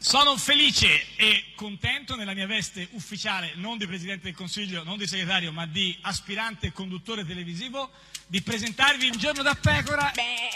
Sono felice e contento nella mia veste ufficiale, non di Presidente del Consiglio, non di segretario, ma di aspirante conduttore televisivo, di presentarvi Un giorno da pecora.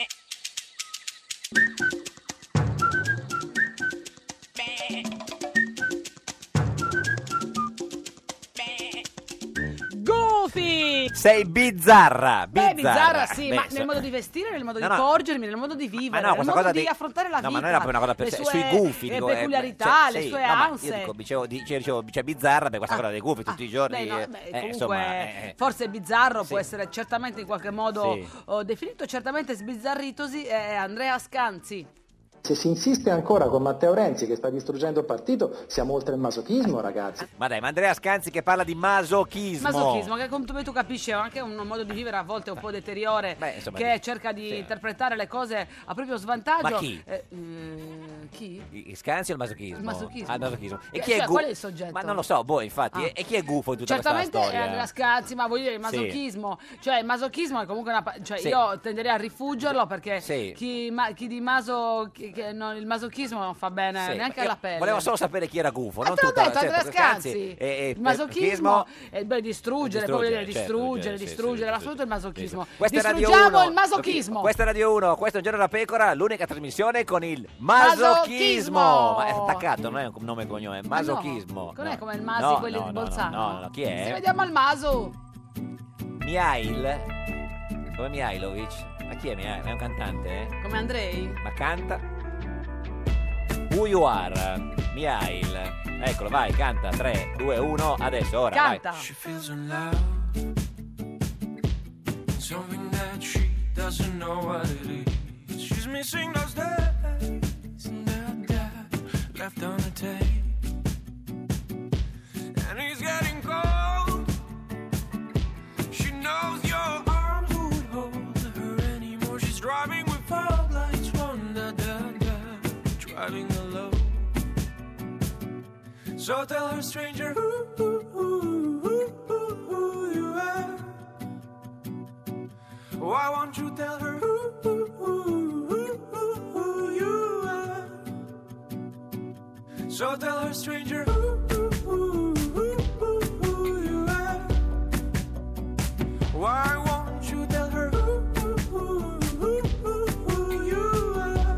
Goofy! Sei bizzarra, Bizzarra sì, Beh, ma nel modo di vestire, nel modo No, di no. porgermi, nel modo di vivere, no, nel questa modo cosa di affrontare la vita. No, ma non era proprio una cosa le sui sue gufi, dico, peculiarità, le sì, sue no, ma ansie. io dicevo, c'è bizzarra per questa cosa dei gufi tutti i giorni. Comunque, insomma, forse bizzarro sì. può essere certamente in qualche modo Sì. definito, certamente sbizzarritosi, è Andrea Scanzi. Se si insiste ancora con Matteo Renzi che sta distruggendo il partito, siamo oltre il masochismo, ragazzi. Ma dai, ma Andrea Scanzi che parla di masochismo. Masochismo, che come tu capisci è anche un modo di vivere a volte un po' deteriore, insomma, che cerca di interpretare le cose a proprio svantaggio. Ma chi? Chi? Scanzi o il masochismo? Il masochismo. Ah, il masochismo. E chi Cioè, è gufo? qual è il soggetto? Ma non lo so, infatti. Ah. E chi è gufo in tutta Certamente questa è storia? Andrea Scanzi, ma voglio dire il masochismo, cioè il masochismo è comunque Sì. io tenderei a rifuggerlo perché Sì. chi di il masochismo non fa bene Sì, neanche io alla pelle. volevo solo sapere chi era gufo, Ma non te l'ho tutta detto, Andrea certo, Scanzi. Il masochismo è distruggere, poi dire distruggere, l'assoluto è il masochismo. Questa è Radio Distruggiamo 1. il masochismo. Questa è Radio 1, questo è Un giorno da pecora, l'unica trasmissione con il masochismo. Ma è attaccato, non è un nome e cognome, è masochismo. Non è come il Masi, No, quelli no, di no, Bolzano. no, chi è? Se vediamo al Maso. Mihail? Come Mihailovic? Ma chi è Mihail? È un cantante, eh? Come Andrei? Ma canta? Who You Are, Mihail. Eccolo, vai, canta. 3, 2, 1, adesso, ora, Canta. vai. She feels in love, something that she doesn't know what it is. She's missing those days and that left on the tape. And he's getting cold. She knows your arms won't hold her anymore. She's driving with fog lights, one driving alone. So tell her, stranger, who you are. Why won't you tell her who you are? So tell her, stranger, who you are. Why won't you tell her who you are?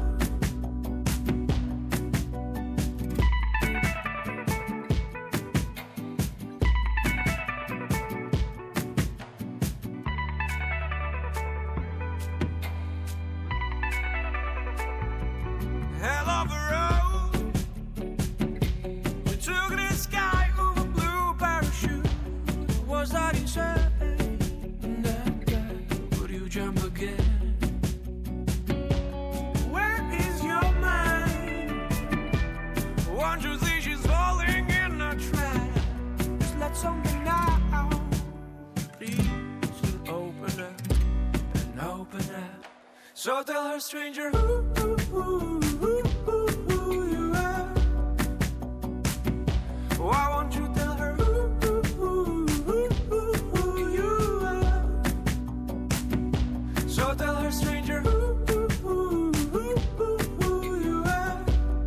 Hell of a road, we took the sky over blue parachute. Was that insane? Would you jump again? Where is your mind? Won't you see she's falling in a trap? Just let something out, please, and open up. So tell her, stranger, who you are. Why won't you tell her who you are? So tell her, stranger, who you are.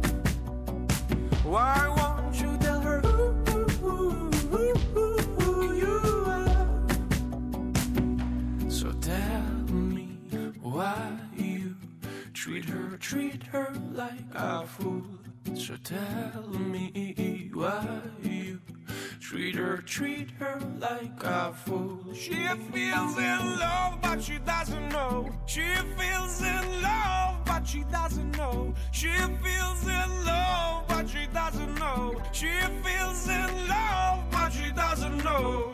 Why won't you tell her who you are? So tell me why you treat her like a fool. So tell me why you treat her like a fool. She feels in love, but she doesn't know. She feels in love, but she doesn't know. She feels in love, but she doesn't know. She feels in love, but she doesn't know.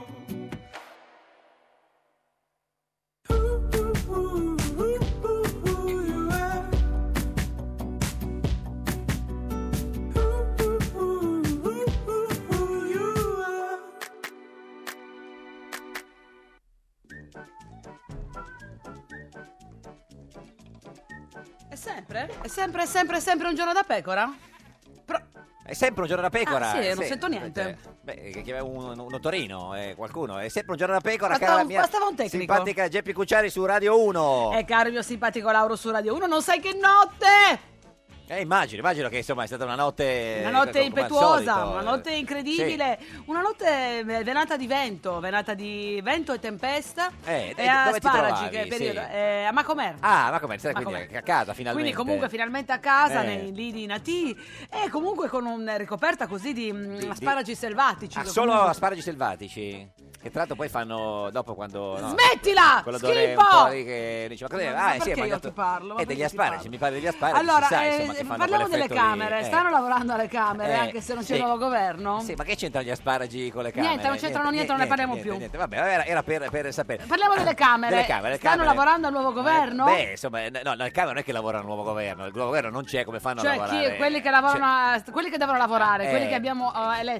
È sempre un giorno da pecora? È sempre un giorno da pecora. Ah, sì, non sento niente. Beh, che un notorino, qualcuno. È sempre un giorno da pecora, Bastava- cara la mia bastava un tecnico. simpatica Geppi Cucciari su Radio 1. Caro il mio simpatico Lauro su Radio 1, non sai che notte! Immagino che insomma è stata una notte impetuosa, una notte incredibile, sì. Una notte venata di vento e tempesta. E Asparagi, che periodo? Sì. A Macomer. Macomer, quindi a casa finalmente. Quindi comunque finalmente a casa, nei lidi nativi, e comunque con una ricoperta così di asparagi selvatici. Solo asparagi selvatici? Che tra l'altro poi fanno dopo quando... Smettila! Schifo! Che dice, perché io ti parlo? Degli asparagi, mi pare degli asparagi. Allora, che parliamo delle Camere. Stanno lavorando alle Camere, anche se non c'è il nuovo governo? Sì, ma che c'entrano gli asparagi con le Camere? Niente, non c'entrano niente, non ne parliamo più. Vabbè, era per sapere. Parliamo delle Camere. Stanno lavorando al nuovo governo? Beh, insomma, no, le Camere non è che lavorano al nuovo governo. Il nuovo governo non c'è, come fanno a lavorare? Quelli che lavorano, quelli che devono lavorare, quelli che abbiamo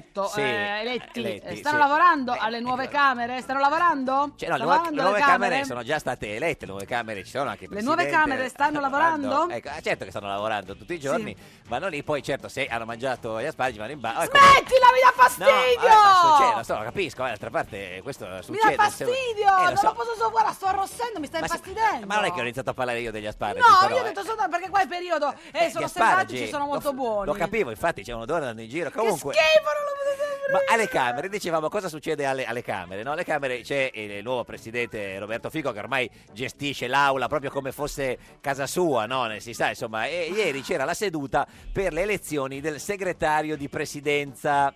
eletti, stanno lavorando alle nuove Camere? Stanno lavorando? Le nuove Camere sono già state elette, le nuove Camere ci sono anche i presidenti. Le nuove Camere stanno lavorando? Ecco, certo che stanno lavorando tutti i giorni, vanno lì, poi certo se hanno mangiato gli asparagi vanno in bar. Smettila, mi dà fastidio! No, lo so, capisco, d'altra parte questo succede. Mi dà fastidio, non lo posso so, guarda, sto arrossendo, mi stai infastidendo. Ma non è che ho iniziato a parlare io degli asparagi. No, io ho detto solo perché qua è periodo, sono selvatici, sono molto buoni. Lo capivo, infatti c'è un odore andando in giro, comunque. Che schifo, non lo potete vedere. Ma alle Camere, dicevamo, cosa succede alle Camere, no? Alle Camere c'è il nuovo presidente Roberto Fico che ormai gestisce l'aula proprio come fosse casa sua, no? Si sa, insomma, e ieri c'era la seduta per le elezioni del segretario di presidenza.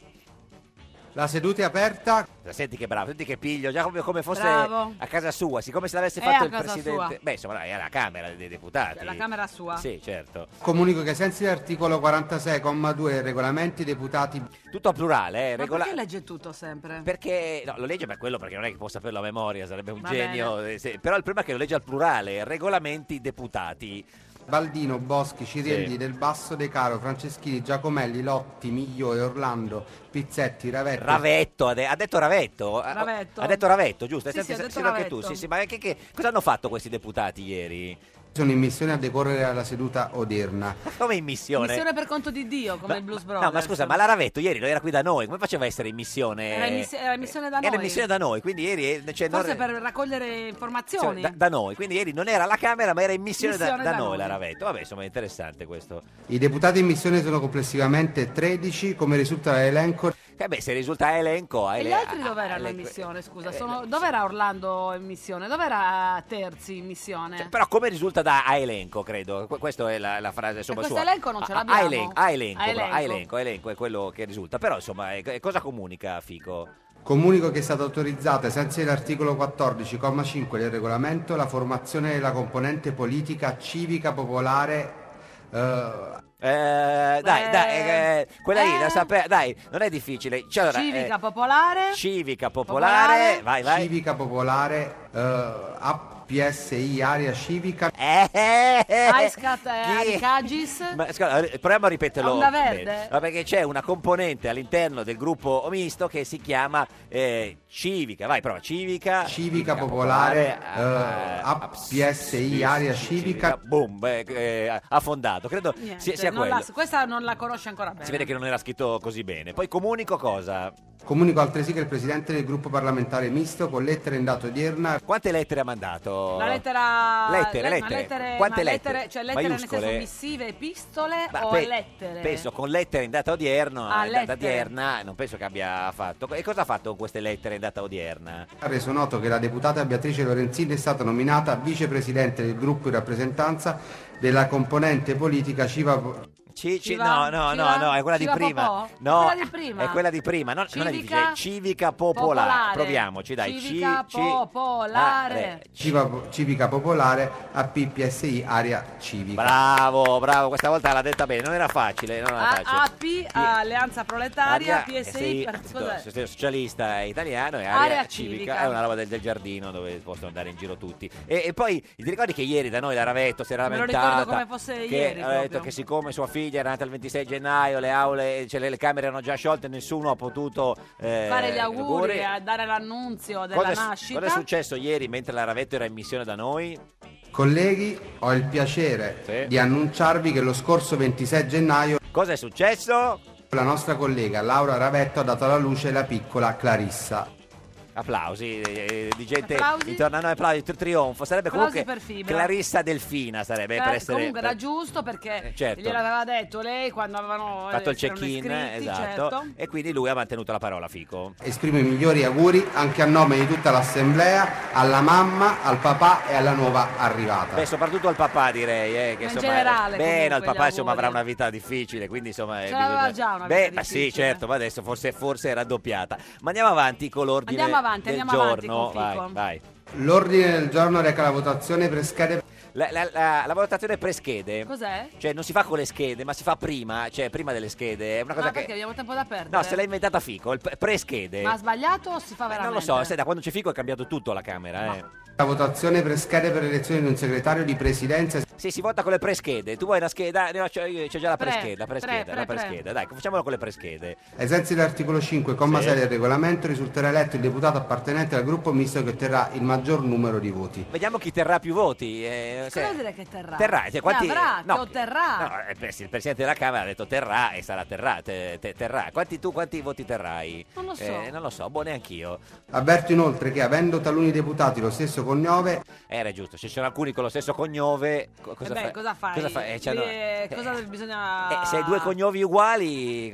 La seduta è aperta. Senti che bravo, senti che piglio, già come fosse bravo. A casa sua, siccome se l'avesse fatto il presidente. Sua. Beh, insomma, è la Camera dei Deputati. La Camera sua. Sì, certo. Comunico che ai sensi dell'articolo 46,2 del regolamento i deputati. Tutto a plurale, Ma perché legge tutto sempre? Perché lo legge per quello, perché non è che può saperlo a memoria, sarebbe un genio. Però il problema è che lo legge al plurale, regolamenti deputati. Baldino, Boschi, Cirielli, Del Basso, De Caro, Franceschini, Giacomelli, Lotti, Migliore, Orlando, Pizzetti, Ravetto. Ha detto Ravetto? Ravetto. Ha detto Ravetto, giusto? Sì, ha detto anche Ravetto. tu. Sì, ma cosa hanno fatto questi deputati ieri? Sono in missione a decorrere alla seduta odierna. Come in missione? Missione per conto di Dio, come il Blues Brothers. No, ma scusa, ma la Ravetto ieri non era qui da noi, come faceva a essere in missione? Era in missione da noi. Era in missione da noi, quindi ieri... Forse per raccogliere informazioni. Da noi, quindi ieri non era alla Camera, ma era in missione da noi la Ravetto. Vabbè, insomma, è interessante questo. I deputati in missione sono complessivamente 13, come risulta dall'elenco. Se risulta elenco... E gli altri dove erano in missione, scusa? Dov'era Orlando in missione? Dov'era Terzi in missione? Però come risulta da elenco, credo. Questa è la frase, insomma, questo sua. elenco non ce l'abbiamo. Elenco è quello che risulta. Però, insomma, cosa comunica Fico? Comunico che è stata autorizzata, ai sensi dell'articolo 14,5 del regolamento, la formazione della componente politica civica popolare... quella lì la sapeva, dai, non è difficile. Allora, civica popolare, vai. Civica popolare, APSI, area civica. Aiscat Aricagis. Proviamo a ripeterlo. Onda Verde. No, perché c'è una componente all'interno del gruppo misto che si chiama civica. Vai, prova. Civica popolare, APSI, area civica. Boom, affondato. Credo sia quello. Questa non la conosce ancora bene. Si vede che non era scritto così bene. Poi comunico cosa? Comunico altresì che il presidente del gruppo parlamentare misto, con lettera in data odierna. Quante lettere ha mandato? La lettera. Lettere. Quante lettere? Cioè lettere maiuscole? nel senso missive, epistole o lettere? Penso con lettere in data odierna. Lettere. Odierna, non penso che abbia fatto. E cosa ha fatto con queste lettere in data odierna? Ha reso noto che la deputata Beatrice Lorenzini è stata nominata vicepresidente del gruppo in rappresentanza della componente politica no, è quella di prima. No, quella di prima. È quella di prima, non è difficile. Civica popolare. Proviamoci, dai. Civica popolare. Civica popolare, APPSI, area civica. Bravo, questa volta l'ha detta bene, non era facile. AP, Alleanza Proletaria, PSI, Socialista Italiano, e area civica. È una roba del giardino dove possono andare in giro tutti. E poi ti ricordi che ieri da noi la Ravetto si era lamentata? Me lo ricordo come fosse ieri. Ha detto che siccome sua figlia era nata il 26 gennaio, le aule, le camere erano già sciolte, nessuno ha potuto fare gli auguri, a dare l'annunzio della nascita. Cosa è successo ieri mentre la Ravetto era in missione da noi? Colleghi, ho il piacere di annunciarvi che lo scorso 26 gennaio... Cosa è successo? La nostra collega Laura Ravetto ha dato alla luce la piccola Clarissa. applausi di gente Applausi? intorno a noi, applausi, trionfo, sarebbe Applausi comunque per Fibra. Clarissa Delfina sarebbe per essere Comunque era giusto perché certo. gliel'aveva detto lei quando avevano fatto il si erano check-in, iscritti, esatto, certo. e quindi lui ha mantenuto la parola, Fico. Esprimo i migliori auguri anche a nome di tutta l'Assemblea, alla mamma, al papà e alla nuova arrivata. Beh, soprattutto al papà direi, che Ma in insomma, generale, bene, comunque, al papà gli insomma auguri. avrà una vita difficile, quindi insomma l'aveva già una vita beh, ma sì, difficile. certo, ma adesso forse è raddoppiata. Ma andiamo avanti con l'ordine del giorno. con Fico. Vai. L'ordine del giorno reca la votazione per schede. La votazione preschede. Cos'è? Cioè non si fa con le schede, ma si fa prima, cioè prima delle schede. È una cosa Ma che perché abbiamo tempo da perdere? no, se l'ha inventata Fico, il preschede. Ma ha sbagliato o si fa veramente? Non lo so, sai, da quando c'è Fico è cambiato tutto alla Camera, La votazione per schede per l'elezione di un segretario di presidenza. Sì, si vota con le preschede. Tu vuoi una scheda? No, c'è già la Pre. prescheda. Dai, facciamolo con le preschede. Ai sensi dell'articolo 5, comma Sì. 6 del regolamento, risulterà eletto il deputato appartenente al gruppo misto che otterrà il maggior numero di voti. Vediamo chi terrà più voti. Cosa vuol dire che terrà? Terrà, cioè, quanti... Che avrà, no, che otterrà. No, sì, il Presidente della Camera ha detto terrà e sarà terrà. Terrà. Quanti voti terrai? Non lo so. Non lo so, neanch'io. Avverto inoltre che avendo taluni deputati lo stesso cognome, Era giusto, ci sono alcuni con lo stesso cognome. Cosa fai? Cosa fai? Cosa bisogna... se hai due cognomi uguali,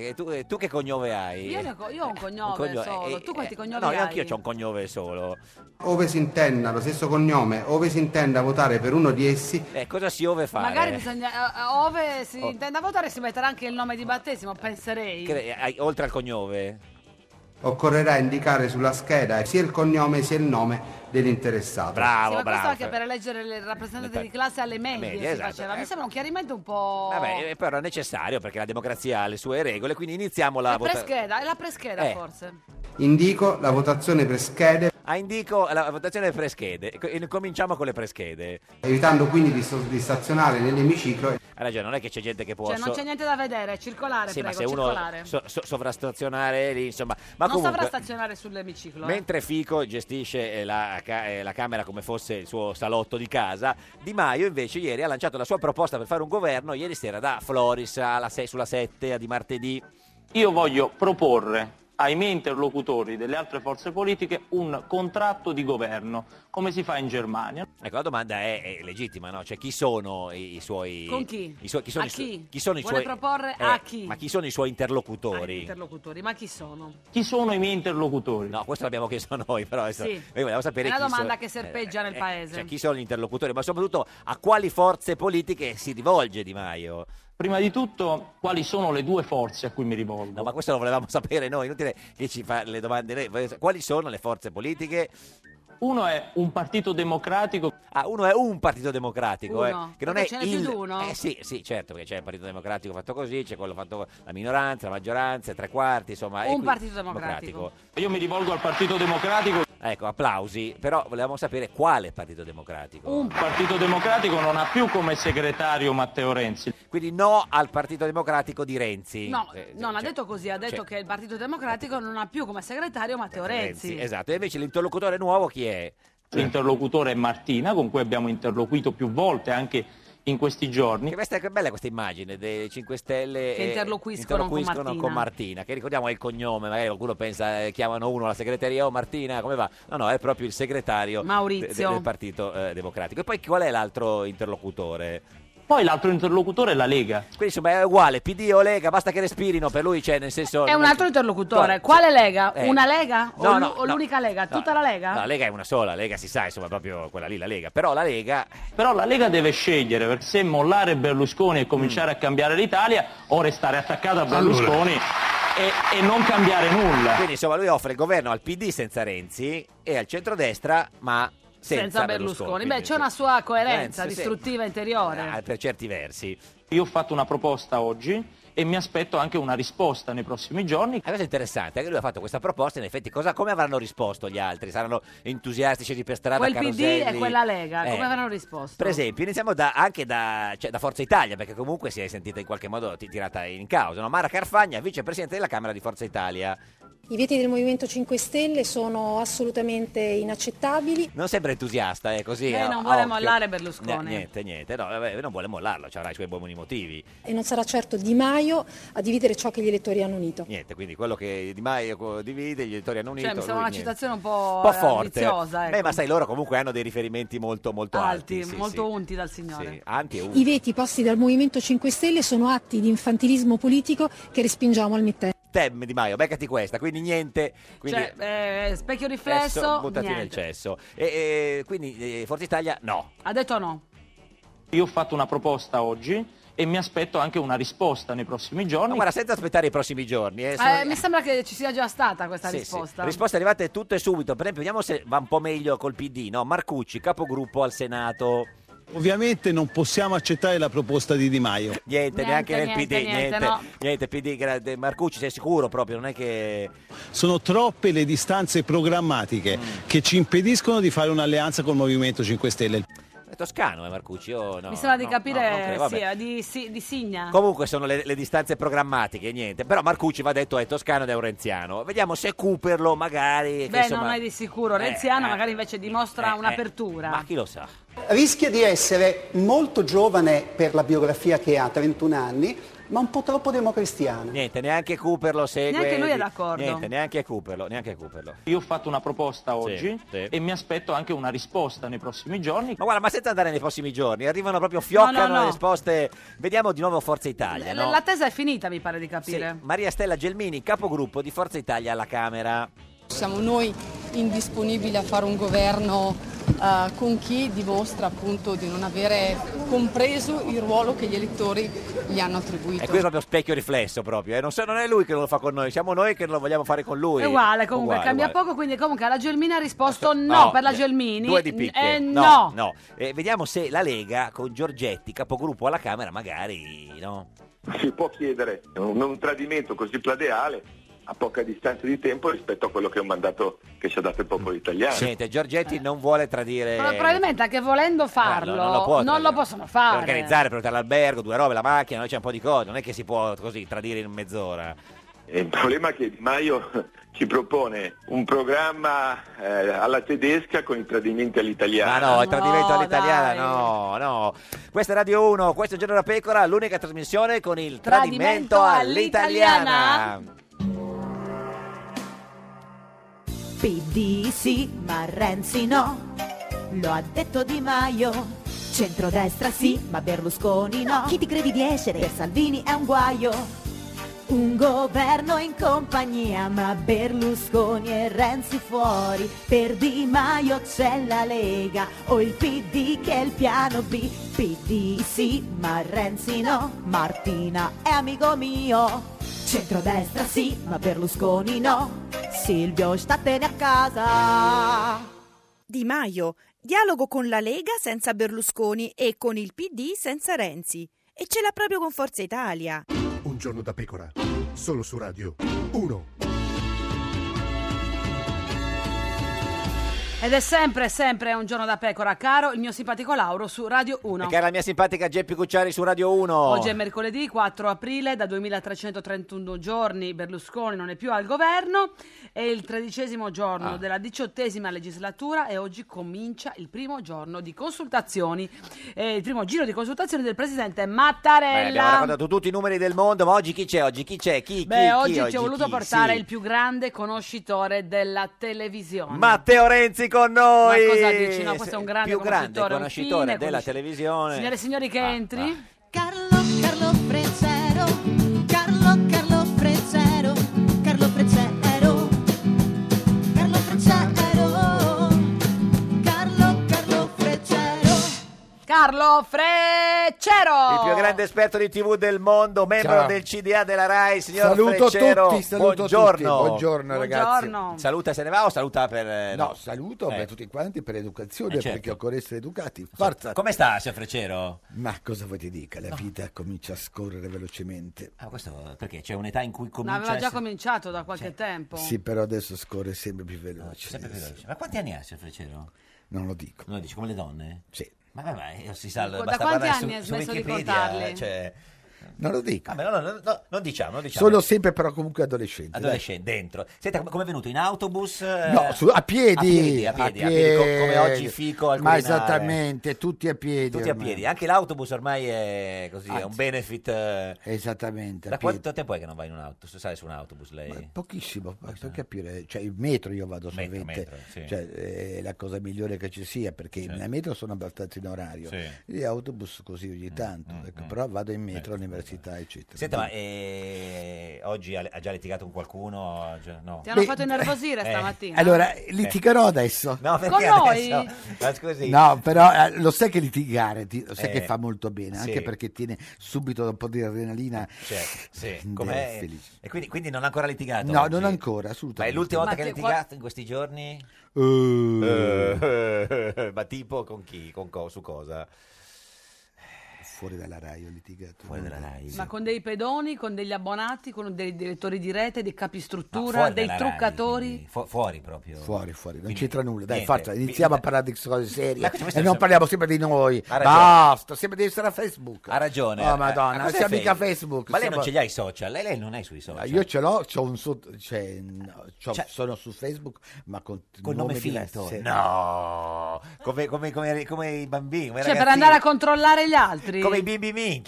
tu che cognome hai? Io ho un cognome solo. Tu quanti cognomi no, hai? io anch'io ho un cognome solo. ove si intenda lo stesso cognome, ove si intenda votare per uno di essi, Cosa si ove fare? Magari bisogna... ove si intenda votare si metterà anche il nome di battesimo, penserei. Oltre al cognome? occorrerà indicare sulla scheda sia il cognome sia il nome dell'interessato. Bravo, sì, ma questo bravo. anche per eleggere il rappresentante di classe alle medie si esatto. faceva. Mi sembra un chiarimento un po'... Vabbè, però è necessario perché la democrazia ha le sue regole, quindi iniziamo la votazione. È la prescheda forse. Indico la votazione per schede. Indico la votazione per schede. Cominciamo con le preschede. Evitando quindi di stazionare nell'emiciclo. Hai ragione, non è che c'è gente che può... Cioè non c'è niente da vedere, circolare, sì, prego, ma se circolare. uno sovrastazionare lì, insomma... Ma non comunque, saprà stazionare sull'emiciclo. Mentre Fico gestisce la Camera come fosse il suo salotto di casa, Di Maio invece ieri ha lanciato la sua proposta per fare un governo, ieri sera da Floris sulla 7 di martedì. Io voglio proporre ai miei interlocutori delle altre forze politiche un contratto di governo, come si fa in Germania. Ecco, la domanda è legittima, no? Cioè, chi sono i suoi... Con chi? Chi sono a chi? Chi sono i Vuole suoi... proporre a chi? Ma chi sono i suoi interlocutori? Interlocutori, ma chi sono? Chi sono i miei interlocutori? No, questo l'abbiamo chiesto noi, però adesso Sì. noi vogliamo sapere È una chi domanda sono- che serpeggia nel paese. Cioè, chi sono gli interlocutori, ma soprattutto a quali forze politiche si rivolge Di Maio? Prima di tutto, quali sono le due forze a cui mi rivolgo? No, ma questo lo volevamo sapere noi, inutile che ci fa le domande lei. Quali sono le forze politiche? Uno è un partito democratico. Ah, uno è un partito democratico, Uno? che non Perché è ce n'è il... più di uno? sì, certo, perché c'è il partito democratico fatto così, c'è quello fatto la minoranza, la maggioranza, tre quarti, insomma. Un partito democratico. Io mi rivolgo al Partito Democratico. Ecco, applausi, però volevamo sapere quale partito democratico. Un Partito Democratico non ha più come segretario Matteo Renzi. Quindi no al Partito Democratico di Renzi. No, non ha cioè, detto così, ha detto cioè- che il Partito Democratico non ha più come segretario Matteo Renzi. Esatto, e invece l'interlocutore nuovo chi è? L'interlocutore è Martina, con cui abbiamo interloquito più volte anche in questi giorni. Che bella questa immagine dei 5 Stelle Che interloquiscono con Martina. Che ricordiamo è il cognome, magari qualcuno pensa chiamano uno alla segreteria, oh Martina, come va? No, è proprio il segretario Maurizio. del Partito Democratico. E poi qual è l'altro interlocutore? Poi l'altro interlocutore è la Lega. Quindi insomma è uguale, PD o Lega, basta che respirino, per lui c'è nel senso... È un altro interlocutore. Quale Lega? Una Lega? O l'unica Lega? Tutta la Lega? No, la Lega è una sola, la Lega si sa, insomma, proprio quella lì, la Lega. Però la Lega... Però la Lega deve scegliere, perché se mollare Berlusconi e cominciare a cambiare l'Italia o restare attaccata a Berlusconi e non cambiare nulla. Quindi insomma lui offre il governo al PD senza Renzi e al centrodestra, ma... Senza Berlusconi. Quindi, Beh, c'è una sua coerenza sì. distruttiva interiore. Per certi versi. Io ho fatto una proposta oggi e mi aspetto anche una risposta nei prossimi giorni. Questo è interessante, anche lui ha fatto questa proposta, in effetti come avranno risposto gli altri? Saranno entusiastici per strada, Quel Caroselli? PD e quella Lega, come avranno risposto? Per esempio, iniziamo anche da Forza Italia, perché comunque si è sentita in qualche modo tirata in causa, no? Mara Carfagna, vicepresidente della Camera di Forza Italia. I veti del Movimento 5 Stelle sono assolutamente inaccettabili. Non sembra entusiasta, è così. Lei non vuole mollare Berlusconi. Niente, no, vabbè, non vuole mollarlo, avrà i suoi buoni motivi. E non sarà certo Di Maio a dividere ciò che gli elettori hanno unito. Niente, quindi quello che Di Maio divide, gli elettori hanno unito. Cioè, mi sembra una niente. citazione un po' forte. ambiziosa. Ecco. Beh, ma sai, loro comunque hanno dei riferimenti molto alti, sì, molto sì. unti dal signore. Sì, anti e unti. I veti posti dal Movimento 5 Stelle sono atti di infantilismo politico che respingiamo al mittente. Di Maio, beccati questa, quindi niente. Quindi Cioè, specchio riflesso, buttati niente. nel cesso. E quindi Forza Italia no. Ha detto no. Io ho fatto una proposta oggi e mi aspetto anche una risposta nei prossimi giorni. Ma guarda, senza aspettare i prossimi giorni. Mi sembra che ci sia già stata questa Sì, risposta. sì. Risposte arrivate tutte subito. Per esempio, vediamo se va un po' meglio col PD, no? Marcucci, capogruppo al Senato. Ovviamente non possiamo accettare la proposta di Di Maio. Niente, neanche nel PD, no. niente PD. Marcucci, sei sicuro proprio? Non è che... Sono troppe le distanze programmatiche che ci impediscono di fare un'alleanza col Movimento 5 Stelle. È toscano, Marcucci? No, Mi sembra di capire, non credo, vabbè. di Signa. Comunque sono le distanze programmatiche, niente. Però Marcucci, va detto, è toscano ed è un renziano. Vediamo se Cooperlo magari... Beh, non è di sicuro. Renziano magari invece dimostra un'apertura. Ma chi lo sa? Rischia di essere molto giovane per la biografia che ha, 31 anni, ma un po' troppo democristiano. Niente, neanche Cooperlo segue. Neanche lui è d'accordo. Niente, neanche Cooperlo. Io ho fatto una proposta oggi sì. e mi aspetto anche una risposta nei prossimi giorni. Ma guarda, ma senza andare nei prossimi giorni, arrivano proprio, fioccano No. le risposte. Vediamo di nuovo Forza Italia, no? L'attesa è finita, mi pare di capire. Sì. Maria Stella Gelmini, capogruppo di Forza Italia alla Camera. Siamo noi indisponibili a fare un governo con chi dimostra appunto di non avere compreso il ruolo che gli elettori gli hanno attribuito. E qui è proprio specchio riflesso proprio, non è lui che non lo fa con noi, siamo noi che non lo vogliamo fare con lui. È uguale, comunque cambia poco, quindi comunque la Gelmini ha risposto no per la Gelmini. Due di picche. No. Vediamo se la Lega con Giorgetti, capogruppo alla Camera, magari no. Si può chiedere un tradimento così plateale a poca distanza di tempo rispetto a quello che è un mandato che ci ha dato il popolo italiano. Niente, Giorgetti non vuole tradire. Ma probabilmente anche volendo farlo non lo possono fare. Organizzare, prenotare l'albergo, due robe, la macchina, c'è un po' di cose, non è che si può così tradire in mezz'ora. Il problema è che Di Maio ci propone un programma alla tedesca con i tradimenti all'italiana. Ma no, il tradimento all'italiana, no. Questa è Radio 1, questo è Giorno da Pecora, l'unica trasmissione con il tradimento all'italiana. PD sì, ma Renzi no, lo ha detto Di Maio. Centrodestra sì, ma Berlusconi no. Chi ti credi di essere? Per Salvini è un guaio. Un governo in compagnia, ma Berlusconi e Renzi fuori. Per Di Maio c'è la Lega o il PD che è il piano B. PD sì, ma Renzi no, Martina è amico mio. Centrodestra sì, ma Berlusconi no. Silvio, statene a casa. Di Maio, dialogo con la Lega senza Berlusconi e con il PD senza Renzi. E ce l'ha proprio con Forza Italia. Un giorno da pecora, solo su Radio 1. Ed è sempre un giorno da pecora, caro il mio simpatico Lauro su Radio 1. E cara la mia simpatica Geppi Cucciari su Radio 1. Oggi è mercoledì 4 aprile, da 2331 giorni Berlusconi non è più al governo, è il 13° giorno della 18ª legislatura e oggi comincia il primo giorno di consultazioni, il primo giro di consultazioni del presidente Mattarella. Abbiamo raccontato tutti i numeri del mondo, ma oggi chi c'è? Oggi oggi ci ho voluto portare il più grande conoscitore della televisione. Matteo Renzi con noi. Ma cosa dici? No, questo è un grande conoscitore della televisione. Signore e signori, che entri. Carlo Frezzero, Carlo Frezzero, Carlo Frezzero, Carlo Frezzero, Carlo Frezzero. Carlo Freccero, il più grande esperto di TV del mondo, membro del CDA della RAI, signor saluto Freccero. Tutti, buongiorno. Buongiorno ragazzi. Saluta, se ne va o saluta per... No, saluto per tutti quanti, per educazione, certo. perché occorre essere educati. Forza. Come sta, signor Freccero? Ma cosa vuoi ti dica? La vita comincia a scorrere velocemente. Questo perché c'è un'età in cui comincia aveva già cominciato da qualche tempo. Sì, però adesso scorre sempre più veloce. Sempre più veloce. Ma quanti anni ha, signor Freccero? Non lo dico. Non lo dici come le donne? Sì. Ma vabbè, si sa, Da basta quanti guardare anni hai su smesso di Wikipedia, contarli? cioè... Non lo dico. Vabbè, non diciamo. Sono sempre però comunque adolescente. Adolescente, dentro. Senta, come è venuto? In autobus? No, a piedi. Come oggi Fico al Ma Quirinale. esattamente, tutti a piedi. Tutti a piedi. Anche l'autobus ormai è così, è un benefit. Esattamente. Da quanto tempo è che non vai in un autobus? Sale su un autobus lei? Pochissimo, per capire. Cioè, il metro io vado solamente. Metro, sì. Cioè, è la cosa migliore che ci sia, perché nel metro sono abbastanza in orario. Sì. Gli autobus così ogni tanto. Però vado in metro, all'università, eccetera. Senta, ma oggi ha già litigato con qualcuno? No. Ti hanno fatto innervosire stamattina? Allora, litigherò adesso. No, perché Con noi? adesso? Ma scusi. No, però lo sai che litigare, lo sai che fa molto bene, sì. anche perché tiene subito un po' di adrenalina. Sì. Com'è? Felice. E quindi non ha ancora litigato? No, oggi? non ancora, Ma assolutamente. è l'ultima volta che ha litigato in questi giorni? Ma tipo con chi? Su cosa? Fuori dalla Rai ho litigato. Fuori dalla Rai? Ma con dei pedoni, con degli abbonati, con dei direttori di rete, dei capistruttura, fuori dei dalla truccatori? Fuori proprio? Fuori, non Quindi, c'entra nulla. Dai, niente. forza, iniziamo a parlare di cose serie Ma questo e non parliamo sempre di noi. Ha ragione. Basta, sempre devi stare a Facebook. Ha ragione. Oh madonna, non cos'è siamo mica Facebook. Ma lei siamo- non ce li ha i social? Lei non è sui social? Io ce l'ho, c'ho un sono su Facebook, ma con nome diverso. finto? No, come i bambini. Come i Cioè, per ragazzini. andare a controllare gli altri? Come i bimbi minchia.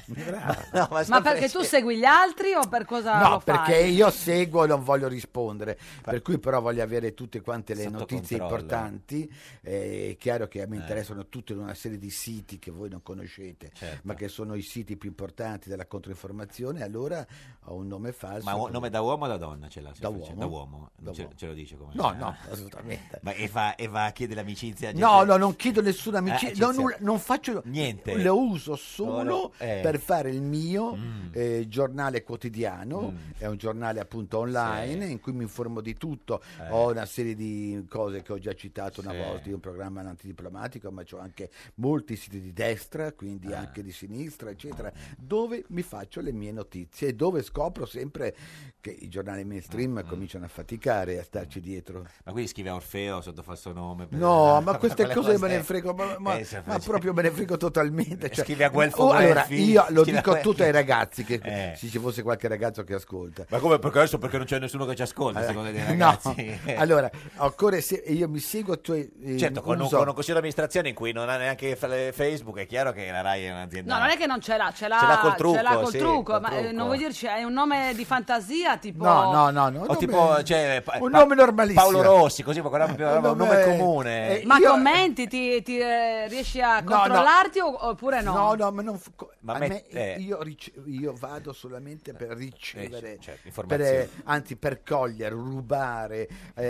No, Ma perché tu segui gli altri o per cosa No, lo fai? perché io seguo e non voglio rispondere, per cui però voglio avere tutte quante le Sotto notizie controllo. importanti. È chiaro che mi interessano tutta una serie di siti che voi non conoscete, ma che sono i siti più importanti della controinformazione. Allora ho un nome falso. Ma nome da uomo o da donna ce l'ha? Da uomo. Da uomo. Da uomo. Ce lo dice come? No, assolutamente. Ma e va a chiedere l'amicizia? a gente? No, non chiedo nessuna amicizia, non faccio niente. Lo uso solo Solo, per fare il mio giornale quotidiano. È un giornale appunto online in cui mi informo di tutto. Ho una serie di cose che ho già citato una volta, io un programma antidiplomatico, ma c'ho anche molti siti di destra, quindi anche di sinistra, eccetera, dove mi faccio le mie notizie e dove scopro sempre che i giornali mainstream cominciano a faticare a starci dietro. Ma quindi scrive a Orfeo sotto falso nome? No, ma queste quelle cose me ne frego, ma proprio me ne frego totalmente. Cioè, scrive a Guelfo allora, Guelfi, io lo scrive a dico a Guelfi. tutti ai ragazzi, che se ci fosse qualche ragazzo che ascolta. Ma come? Perché adesso perché non c'è nessuno che ci ascolta, secondo dei ragazzi? No, allora, occorre io mi seguo, cioè, Certo, con un uso- consiglio d'amministrazione in cui non ha neanche Facebook, è chiaro che la Rai è un'azienda. No, non è che non ce l'ha, ce l'ha col trucco, ce l'ha col sì, trucco, col ma trucco. non vuoi dirci, è un nome di fantasia tipo... No, O tipo, cioè, un nome normalissimo. Paolo Rossi, così, ma un nome comune. Ma commenti, ti riesci a controllarti oppure no? No, ma non Ma a me- me, io vado solamente per ricevere, informazioni. anzi per cogliere, rubare,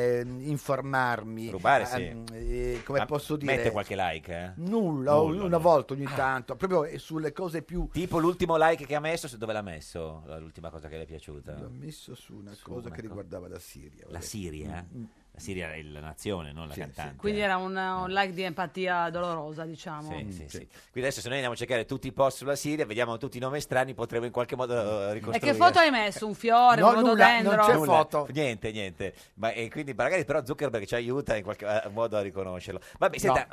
informarmi. Rubare, sì. Come Ma posso dire? mette qualche like? Nulla, una volta ogni tanto, proprio sulle cose più... Tipo l'ultimo like che ha messo, dove l'ha messo? L'ultima cosa che le è piaciuta? L'ho messo su una cosa che riguardava la Siria. La Siria? La Siria è la nazione, non la cantante. Quindi era un like di empatia dolorosa, diciamo. Sì. Quindi adesso se noi andiamo a cercare tutti i post sulla Siria, vediamo tutti i nomi strani, potremo in qualche modo E ricostruire. che foto hai messo? Un fiore, No, un nulla, rododendro? non c'è Nulla, foto. Niente. Ma, e quindi magari però Zuckerberg ci aiuta in qualche modo a riconoscerlo. Vabbè, senta,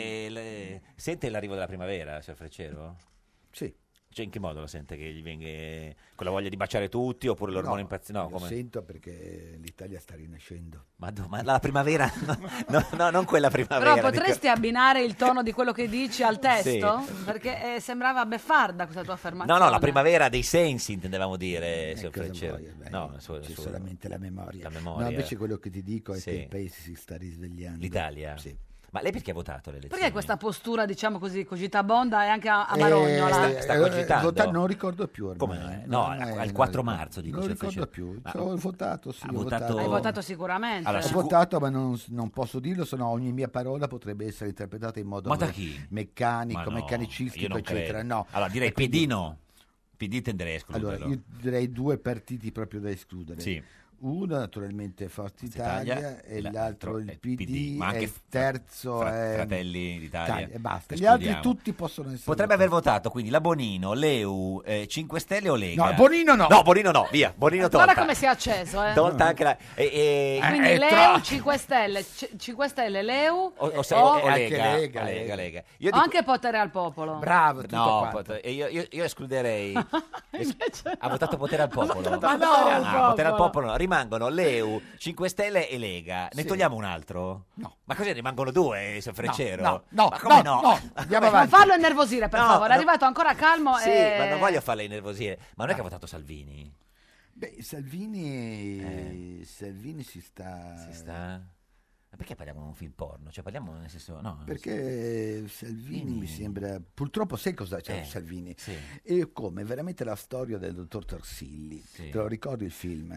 sente l'arrivo della primavera, signor Freccero? Sì. Cioè, in che modo lo sente? Che gli venga con la voglia di baciare tutti oppure l'ormone impazzito? No, Lo come? sento perché l'Italia sta rinascendo. Ma la primavera? No, non quella primavera. Però potresti abbinare il tono di quello che dici al testo? Sì. Perché sembrava beffarda questa tua affermazione. No, la primavera dei sensi intendevamo dire, signor cosa Freccero. vuoi? Beh, No, c'è solamente la memoria. La memoria. No, invece quello che ti dico è Sì. che il paese si sta risvegliando. L'Italia? Sì. Ma lei perché ha votato le elezioni? Perché questa postura, diciamo così, cogitabonda e anche amarognola? Sta cogitando? Non ricordo più ormai. Come? No, al 4 marzo dico. Non signor ricordo Freccero. più. Ho votato, sì. Ha votato- Hai votato sicuramente. Allora, Ho votato, ma non posso dirlo, se no ogni mia parola potrebbe essere interpretata in modo Ma da chi? meccanico, Ma no, meccanicistico, io non eccetera. credo. No. Allora, direi E quindi- PD no. PD tenderei a escluderlo. Allora, io direi due partiti proprio da escludere. Sì. Uno naturalmente Forza Italia, Italia e l'altro il PD, ma anche e il terzo è Fratelli d'Italia. E basta. Gli Escludiamo. altri tutti possono essere Potrebbe aver votato quindi la Bonino, Leu, 5 Stelle o Lega? No, Bonino no. No, Bonino no, via, Bonino tolta. Guarda come si è acceso, Tolta anche la... Quindi Leu, 5 Stelle, 5 Stelle, Leu o anche Lega. o anche Potere al Popolo. Bravo, tutto No, quanto. io escluderei. Ha votato Potere al Popolo. Ma no, Potere al Popolo no. Rimangono Leu, 5 Stelle e Lega. Ne togliamo un altro? No. Ma così rimangono due, Freccero? No, Ma come no? Andiamo Non avanti. farlo innervosire, per favore. È arrivato ancora calmo. Sì, e... ma non voglio farla innervosire. Ma non è che ha votato Salvini? Beh, Salvini si sta... Ma perché parliamo di un film porno? Cioè parliamo nel senso... No, Perché Salvini mi sembra... Purtroppo sai cosa c'è Salvini? Sì. E come veramente la storia del dottor Torsilli. Sì. Te lo ricordi il film?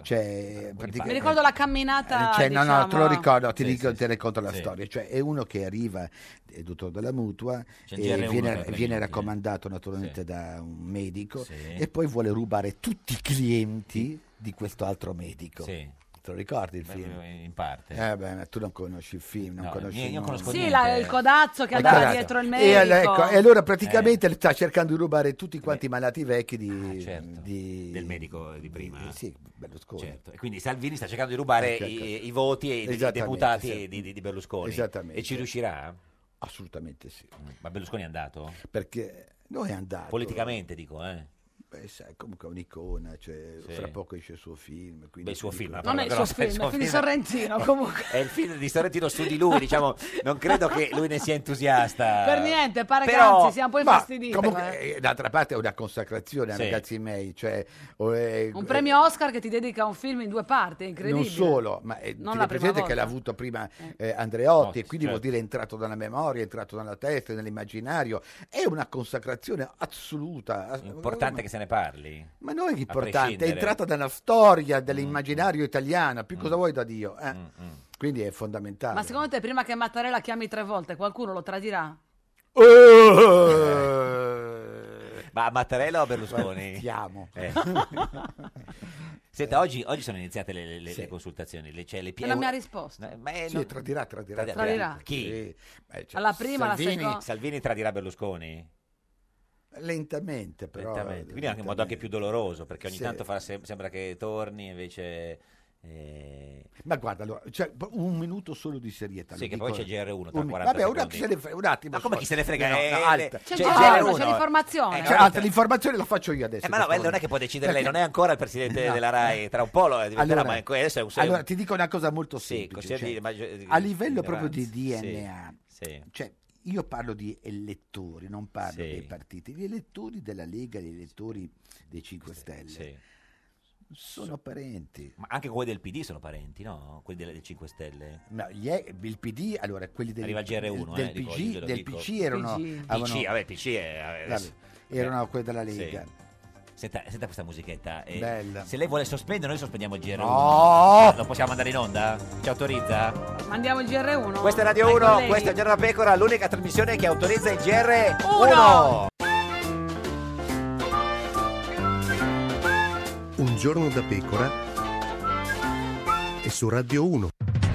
Mi ricordo la camminata. No, te lo ricordo, ti Sì, racconto la storia. Cioè è uno che arriva, è dottore della mutua, C'è il e GR1 viene raccomandato naturalmente da un medico Sì. e poi vuole rubare tutti i clienti di questo altro medico. Sì. Te lo ricordi il film? In parte. Ma tu non conosci il film, non conosci io il conosco nome. Sì, il codazzo che andava dietro il E medico. e allora praticamente sta cercando di rubare tutti quanti i malati vecchi del medico di prima. Sì, Berlusconi. Certo. E quindi Salvini sta cercando di rubare i voti e i Esattamente, deputati sì. di Berlusconi. Esattamente. E ci riuscirà? Assolutamente sì. Ma Berlusconi è andato? Perché noi è andato. Politicamente dico, Beh, sai, comunque è un'icona, cioè, Sì. fra poco esce il suo film. Quindi Beh, il suo film. Non è il suo film, è il film di Sorrentino comunque. È il film di Sorrentino su di lui, diciamo, non credo che lui ne sia entusiasta. Per niente, pare che Però- anzi sia un po' infastidito. Comunque, d'altra parte è una consacrazione, Sì. ragazzi miei. Cioè, Un premio Oscar che ti dedica un film in 2 parti, è incredibile. non solo, ma Non la prima presente che volta. l'ha avuto prima Andreotti, e quindi certo. vuol dire è entrato nella memoria, è entrato nella testa, nell'immaginario. È una consacrazione assoluta. Importante che se ne parli. Ma non è A importante, è prescindere. entrata nella storia dell'immaginario italiano. Più cosa vuoi da Dio? Quindi è fondamentale. Ma secondo te prima che Mattarella chiami 3 volte qualcuno lo tradirà? Ma Mattarella o Berlusconi? Chiamo. Senta, oggi sono iniziate le consultazioni, cioè le Non mi ha risposto. Sì, tradirà. Tradirà. Chi? Sì. Cioè, Alla prima, alla Salvini, seconda. Salvini tradirà Berlusconi? lentamente, però. Lentamente. Quindi anche in modo anche più doloroso, perché ogni Sì. tanto sembra che torni, invece... Ma guarda, allora, c'è un minuto solo di serietà. Sì, lo che dico. poi c'è GR1 tra Un- 40 Vabbè, secondi. un attimo. Ma come chi se ne frega? Alta. C'è GR1, c'è l'informazione. Alta, l'informazione la faccio io adesso. Ma no, non è che può decidere lei, non è ancora il presidente No. della RAI, tra un po' lo diventerà, Allora, ma adesso è un allora, ti dico una cosa molto Sì, semplice. consiglio cioè, di a livello proprio di minoranza. DNA, Sì. cioè, io parlo di elettori, non parlo Sì. dei partiti. Gli elettori della Lega, gli elettori dei 5 Stelle Sì. sono parenti. Ma anche quelli del PD sono parenti, no? Quelli del 5 Stelle. No, il PD, allora quelli Arriva il GR1, del dico, PG, glielo del dico. PC erano PC, vabbè, PC è... vabbè, erano quelli della Sì. Lega. Senta questa musichetta. Bella. Se lei vuole sospendere, noi sospendiamo il GR1. No! Lo possiamo mandare in onda? Ci autorizza? Mandiamo il GR1. Questa è Radio ai 1, colleghi. questa è Giorno da Pecora, l'unica trasmissione che autorizza il GR1. Uno! Un giorno da pecora e su Radio 1.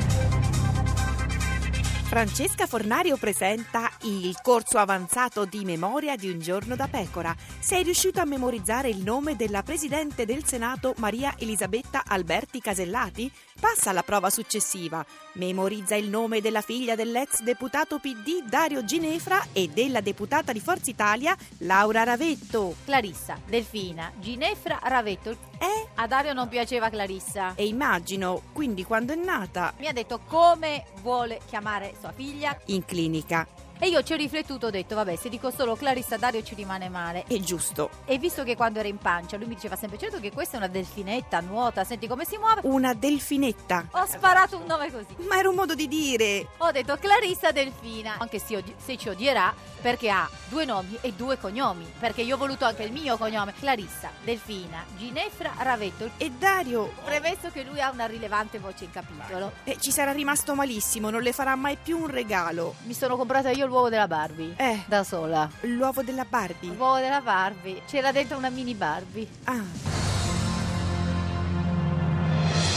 Francesca Fornario presenta il corso avanzato di memoria di Un giorno da pecora. Sei riuscito a memorizzare il nome della Presidente del Senato Maria Elisabetta Alberti Casellati? Passa alla prova successiva. Memorizza il nome della figlia dell'ex deputato PD Dario Ginefra e della deputata di Forza Italia Laura Ravetto. Clarissa, Delfina, Ginefra, Ravetto. A Dario non piaceva Clarissa. E immagino, quindi quando è nata? Mi ha detto come vuole chiamare sua figlia. In clinica. E io ci ho riflettuto, ho detto vabbè, se dico solo Clarissa Dario ci rimane male. È giusto. E visto che quando era in pancia lui mi diceva sempre certo che questa è una delfinetta, nuota, senti come si muove. Una delfinetta. Ho sparato un nome così. Ma era un modo di dire. Ho detto Clarissa Delfina, anche se ci odierà perché ha 2 nomi e 2 cognomi, perché io ho voluto anche il mio cognome. Clarissa, Delfina, Ginefra, Ravetto. E Dario? Premesso che lui ha una rilevante voce in capitolo. Ci sarà rimasto malissimo, non le farà mai più un regalo. Mi sono comprata io l'uovo della Barbie. Da sola. L'uovo della Barbie? L'uovo della Barbie. C'era dentro una mini Barbie. Ah.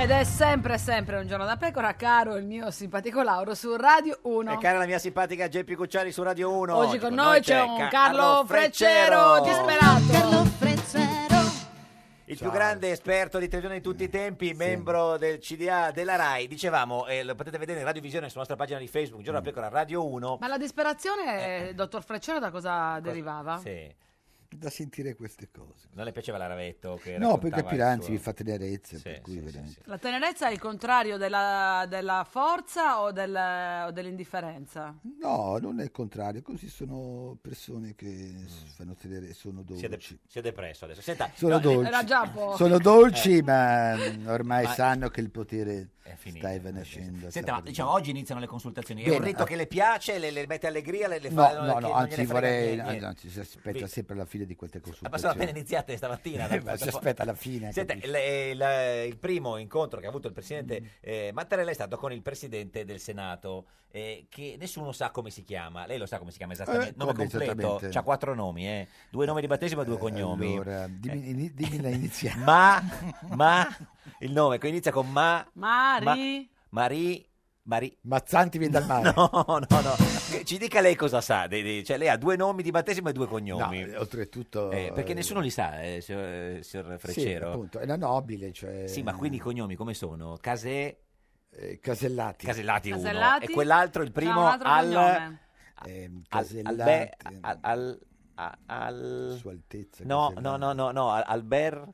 Ed è sempre un giorno da pecora, caro il mio simpatico Lauro su Radio 1. E cara la mia simpatica Geppi Cucciari su Radio 1. Oggi con noi c'è un Carlo Freccero disperato. Carlo Freccero. Il più grande esperto di televisione di tutti i tempi, membro del CDA della RAI. Dicevamo, lo potete vedere in radiovisione sulla nostra pagina di Facebook, Giorno da Pecora Radio 1. Ma la disperazione, dottor Freccero, da cosa derivava? Sì. Da sentire queste cose. Non le piaceva la Ravetto? Che No, perché raccontava il Piranzi suo- mi fa tenerezza, Sì, per cui sì, veramente. La tenerezza è il contrario della forza o dell'indifferenza? No, non è il contrario, così sono persone che fanno tenere, sono Si dolci. è depresso adesso. Senta, Sono no, dolci. era già un po'. Sono dolci, ma ormai Ma- sanno che il potere finito, sta evanescendo. Senta, ma diciamo, oggi iniziano le consultazioni. È Bene, un rito che le piace, le mette allegria, le No, fa... no, che no, non anzi gliene frega vorrei, niente? anzi si aspetta sempre alla fine di queste Ma sono consultazioni. appena iniziate stamattina. Ma si aspetta alla fine. Senta, capisci? il primo incontro che ha avuto il presidente Mattarella è stato con il presidente del Senato, che nessuno sa come si chiama. Lei lo sa come si chiama esattamente? Nome come completo? esattamente? C'ha 4 nomi, 2 nomi di battesimo e 2 cognomi. Allora, dimmi la iniziale. Il nome che inizia con Mazzanti viene dal mare. No. Ci dica lei cosa sa. Cioè, lei ha 2 nomi di battesimo e 2 cognomi. No, oltretutto... perché nessuno li sa, signor Sì, Freccero. appunto, è una nobile, cioè... Sì, ma quindi i cognomi come sono? Casellati. Casellati uno. Casellati. E quell'altro, il C'ha primo, un altro cognome. Casellati. Sua Altezza. No, Casellati.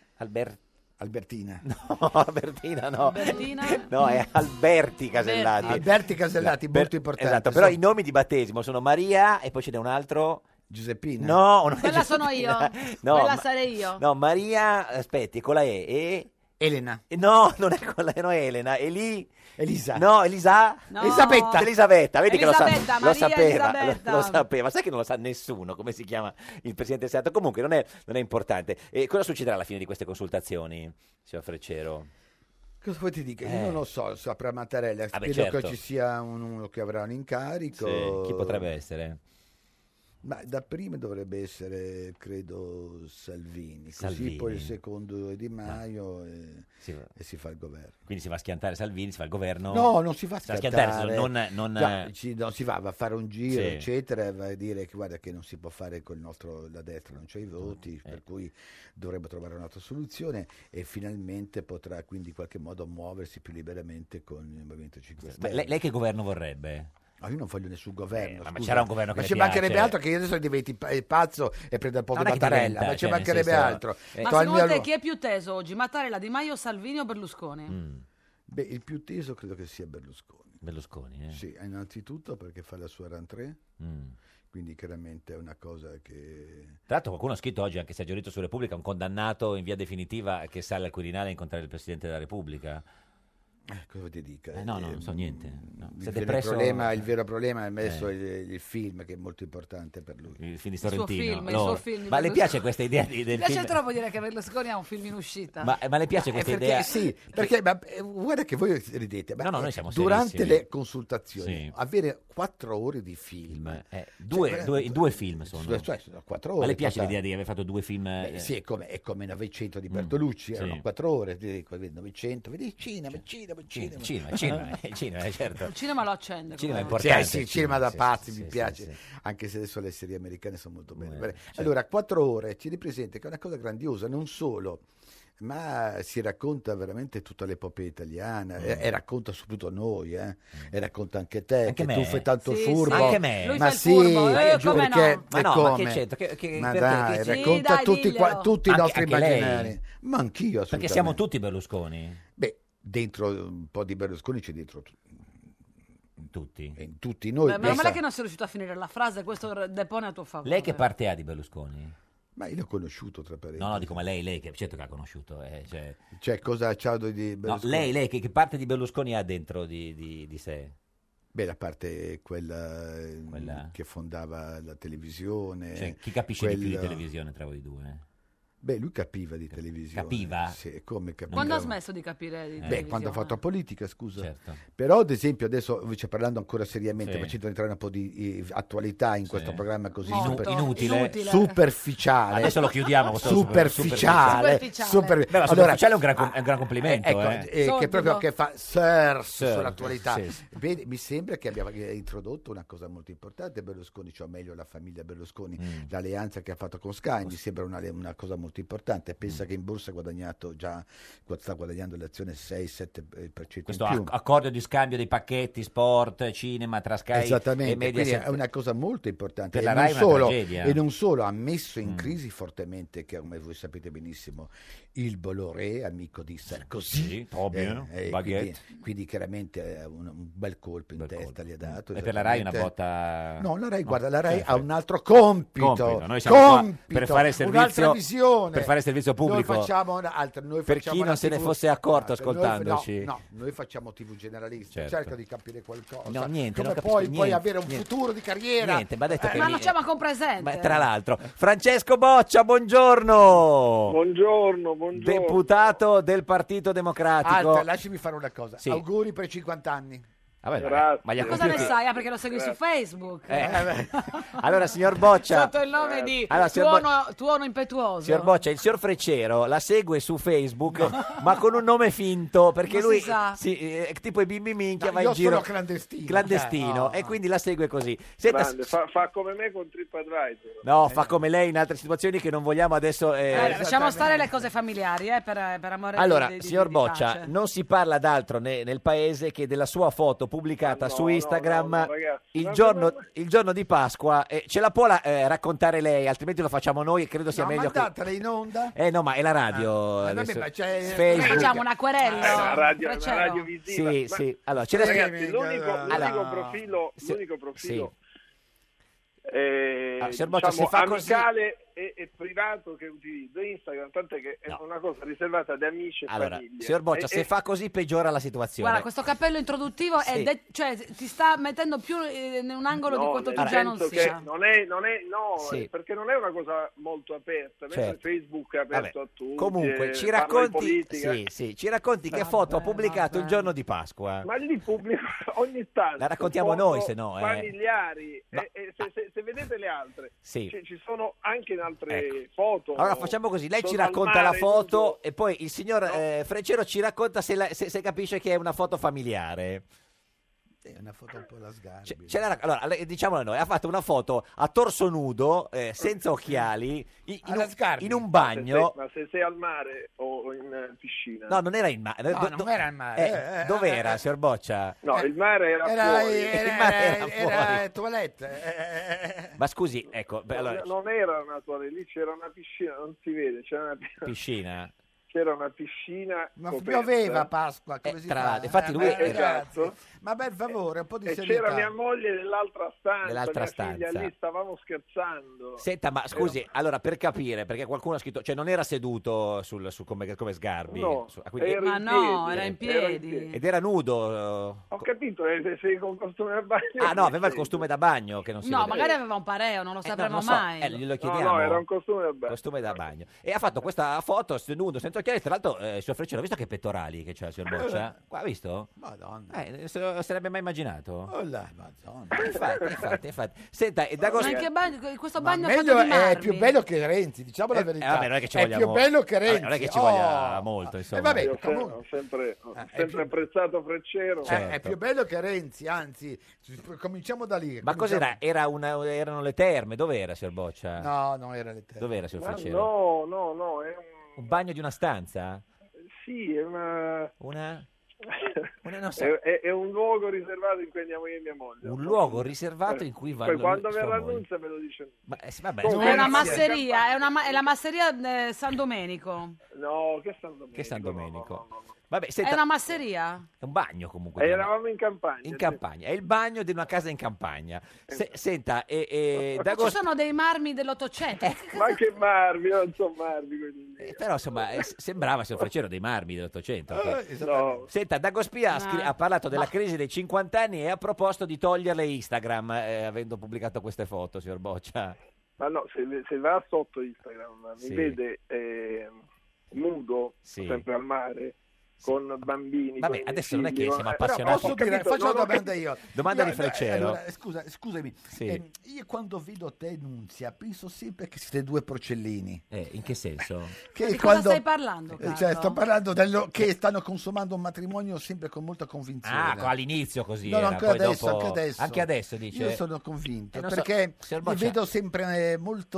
Albertina. Albertina. No, Albertina no. Albertina? No, è Alberti Casellati. Alberti Casellati, molto importante. Esatto, però i nomi di battesimo sono Maria e poi ce n'è un altro... Giuseppina. No, non è Quella sono io. No, Quella sarei io. No, Maria, aspetti, con la E. Elena. No, non è con la E, no, Elena. Elisa. No, Elisa. No. Elisabetta, vedi Elisabetta, che lo Maria sapeva. Elisabetta. Lo sapeva. Sai che non lo sa nessuno come si chiama il Presidente del Senato. Comunque non è importante. E cosa succederà alla fine di queste consultazioni, signor Freccero? Cosa vuoi ti dica? Io non lo so, saprà Mattarella. Spero certo. che ci sia uno che avrà un incarico. Sì, chi potrebbe essere? Ma da prima dovrebbe essere, credo, Salvini. Così Salvini. poi il secondo è Di Maio e si fa il governo. Quindi si va a schiantare Salvini, si fa il governo? No, non si fa schiantare. schiantare. Non... Non si va a fare un giro, Sì. eccetera, e va a dire che guarda che non si può fare con il nostro, la destra non c'è i voti, per cui dovrebbe trovare un'altra soluzione e finalmente potrà quindi in qualche modo muoversi più liberamente con il Movimento 5 Ma Stelle. lei che governo vorrebbe? Ma io non voglio nessun governo. ma scusa. c'era un governo che Ma le ci mancherebbe piace. altro che io adesso diventi pazzo e prenda il posto Non di è che Mattarella, diventa, ma ci cioè, nel mancherebbe senso- altro. Ma secondo te chi è più teso oggi? Mattarella, Di Maio, Salvini o Berlusconi? Beh, il più teso credo che sia Berlusconi. Berlusconi, Sì, innanzitutto perché fa la sua rentrée, quindi chiaramente è una cosa che... Tra l'altro qualcuno ha scritto oggi, anche Sergio Rito su Repubblica, un condannato in via definitiva che sale al Quirinale a incontrare il Presidente della Repubblica. Cosa ti dica? No, non so niente. No. Il Si è vero, depresso... il vero problema è adesso il film che è molto importante per lui. Il film di Il suo Sorrentino. film, il suo film di Ma le Berlusconi. piace questa idea del Mi piace film? troppo dire che Berlusconi ha un film in uscita. Ma le piace questa perché, idea? Sì, perché guarda che voi ridete, ma No, noi siamo durante serissimi. le consultazioni Sì. avere 4 ore di film, Due film sono. Cioè, sono 4 ore. Ma le piace totali. l'idea di aver fatto 2 film? Beh, sì, è come 900 di Bertolucci, erano 4 ore, ti dico, vedi, 900, vedi il cinema, Il cinema, certo. Il cinema lo accende. Il cinema è come- importante. Sì, il cinema da sì, pazzi, sì, mi sì, piace, sì. anche se adesso le serie americane sono molto belle. certo. Allora, 4 ore ci ripresenta che è una cosa grandiosa, non solo, ma si racconta veramente tutta l'epopea italiana e racconta soprattutto noi, e racconta anche te, Anche che me. tu fai tanto il Sì, furbo. sì. Anche me. Lui Ma fa il sì, furbo, giuro, come perché no? Ma è no, ma come? che c'entra? Ma perché? dai, Che- racconta dai, tutti, diglielo. tutti i Anche- nostri anche lei? immaginari. Ma anch'io, Perché assolutamente. siamo tutti Berlusconi. Beh, dentro un po' di Berlusconi c'è dentro tutti. in tutti noi. Beh, ma non è che non sei riuscito a finire la frase, questo depone a tuo favore. Lei che parte ha di Berlusconi? Ma io l'ho conosciuto, tra parentesi. No, dico, ma lei che certo che ha conosciuto. Cioè, cosa c'ha di No, Berlusconi? lei che parte di Berlusconi ha dentro di sé? Beh, la parte quella che fondava la televisione. Cioè, chi capisce di più di televisione tra voi due? Beh, lui capiva di televisione. Capiva? Sì, come capiva? Quando ha smesso di capire di Beh, quando ha fatto politica, scusa. Certo. Però, ad esempio, adesso invece parlando ancora seriamente, Sì. facendo entrare un po' di attualità in questo programma così Inutile. superficiale. Adesso lo chiudiamo. questo Superficiale. Beh, ma superficiale è un gran complimento. Ecco, che proprio che fa surf Surf, sull'attualità. sì. Vedi, mi sembra che abbia introdotto una cosa molto importante Berlusconi, cioè meglio la famiglia Berlusconi, l'alleanza che ha fatto con Sky, mi sembra una cosa molto importante. Pensa che in borsa ha guadagnato già, sta guadagnando l'azione 6-7% Questo in più. accordo di scambio dei pacchetti sport, cinema tra Sky e Esattamente, Mediaset. quindi è una cosa molto importante. Per la Rai è una tragedia. E non solo, ha messo in crisi fortemente, che come voi sapete benissimo, il Bolloré, amico di Sarkozy. Sì, ovvio, baguette. Quindi chiaramente un bel colpo in testa gli ha dato. E per la Rai una esattamente. botta... No, la Rai, guarda, la Rai certo. ha un altro compito. Noi siamo qua Compito, per fare servizio, un'altra visione. per fare servizio pubblico. Noi facciamo noi per facciamo chi una non se ne TV fosse accorto per noi- ascoltandoci. No, noi facciamo TV generalista, Certo. cerca di capire qualcosa. No, niente, come non capisco puoi niente, avere un niente. futuro di carriera. Niente, ma ha detto che Ma mi- non c'è manco un presente. Ma tra l'altro, Francesco Boccia, buongiorno. Buongiorno. Deputato del Partito Democratico. Alta, lasciami fare una cosa. Sì. Auguri per i 50 anni. Vabbè, ma li ha Cosa ne compiuti- sai? Perché lo segui su Facebook. Allora, signor Boccia, Sotto il nome di Allora, signor tuono impetuoso. signor Boccia, il signor Freccero la segue su Facebook, ma con un nome finto, perché Non lui si sa. tipo i bimbi minchia No, va io in giro sono clandestino. clandestino, e quindi la segue così. Senta, Grande, fa come me con TripAdvisor. no, fa come lei in altre situazioni che non vogliamo adesso. Lasciamo stare le cose familiari, per amore Allora, di signor di Boccia, pace. non si parla d'altro nel paese che della sua foto pubblicata su Instagram ragazzi, il giorno di Pasqua. Ce la può raccontare lei, altrimenti lo facciamo noi e credo sia No, meglio che... mandatela in onda. No, ma è la radio. vabbè, adesso. ma c'è- Facebook. Facciamo un acquerello. Una radio Freccero. visiva. Sì, Ma- sì. Allora, ce la ragazzi, l'unico Allora, profilo, sì. l'unico profilo signor Boccia, diciamo, se fa così- amicale e privato che utilizzo Instagram, tant'è che è una cosa riservata ad amici e Allora, famiglie. signor Boccia, E- se fa così peggiora la situazione. Guarda, questo cappello introduttivo Sì. cioè, ti sta mettendo più in un angolo di No, quanto tu nel già non senso sia. che non è no, Sì. perché non è una cosa molto aperta, mentre Certo. Facebook è aperto Vabbè, a tutti. comunque, ci parla di racconti, politica. ci racconti che foto ha pubblicato il giorno di Pasqua. Ma lì pubblico ogni tanto. La raccontiamo foto noi, se no, familiari. Ma- E se vedete le altre, Sì. ci sono anche in altre foto. Allora facciamo così, lei ci sono al racconta la mare, foto nudo. e poi il signor Freccero ci racconta se capisce che è una foto familiare. È una foto un po' alla Sgarbi. Allora, diciamolo noi, ha fatto una foto a torso nudo, senza occhiali, in un bagno. Ma se sei al mare o in piscina? No, non era in mare. No, non era il mare. Dov'era, signor Boccia? No, il mare era fuori. Il mare era Era fuori. toilette. Ma scusi, ecco, allora, Non era una toilette, lì c'era una piscina, non si vede, piscina. c'era una piscina Ma coperta. pioveva a Pasqua, come si tra fa? l'altro, infatti lui ragazzi, esatto. Ma per favore, un po' di E serietà. c'era mia moglie nell'altra stanza, Nell'altra mia figlia stanza. lì, stavamo scherzando. Senta, ma scusi, allora per capire, perché qualcuno ha scritto, cioè non era seduto come Sgarbi? No, quindi- Ma no, era in piedi. ed era nudo. Ho capito, sei con costume da bagno. Ah no, aveva il costume da bagno che non si No, vede. magari aveva un pareo, non lo No, sapremo non so, mai. glielo chiediamo. No, era un costume da bagno. Costume da bagno. E ha fatto questa foto nudo, senza occhiali. Tra l'altro, signor Freccero, ha visto che pettorali che c'ha il signor Boccia? Qua, ha visto? Madonna. Se sarebbe mai immaginato? Oh là, Madonna. Infatti. Senta, e da Ma in che bagno? Questo bagno è meglio fatto di marmi. è più bello che Renzi, diciamo la verità. vabbè, non è che ci è vogliamo- più bello che Renzi. non è che ci voglia molto, insomma. vabbè, Io comunque, ho sempre è più- apprezzato Freccero. Certo. è più bello che Renzi, anzi, cominciamo da lì. Ma cominciamo- cos'era? Erano le terme? Dov'era, signor Boccia? No, non era le terme. Dov'era, signor Ma Freccero? no, è Un bagno di una stanza? sì, è una... non so. è un luogo riservato in cui andiamo io e mia moglie. Un luogo riservato in cui vanno Poi quando sua verrà moglie. Nunzia me lo dice. Vabbè, Comunque, È una ragazzi, masseria, è la masseria San Domenico. No, che San Domenico? Che San Domenico? Vabbè, È senta, una masseria? è un bagno comunque. Eravamo in campagna. In campagna, è il bagno di una casa in campagna. Senta, Ci d'agosto, sono dei marmi dell'Ottocento. Ma che marmi, io non so marmi quelli lì. però insomma sembrava signor Freccero dei marmi dell'Ottocento. No. Senta, Dagospia ha parlato della Ma- crisi dei 50 anni e ha proposto di toglierle Instagram, avendo pubblicato queste foto, signor Boccia. Ma no, se va sotto Instagram Sì. mi vede nudo, Sì. sempre al mare, con bambini. Vabbè, con i adesso non è che figli, siamo però appassionati. Posso dire, faccio una domanda io. Domanda Io- di Freccero. allora, scusami, Sì. io quando vedo te Nunzia penso sempre che siete due porcellini. In che senso? Che Di cosa stai parlando, Cioè, Carlo? sto parlando che stanno consumando un matrimonio sempre con molta convinzione. All'inizio così No, no, era, anche poi adesso, dopo- anche adesso. dice. Io sono convinto, non so, perché signor li Boccia- vedo sempre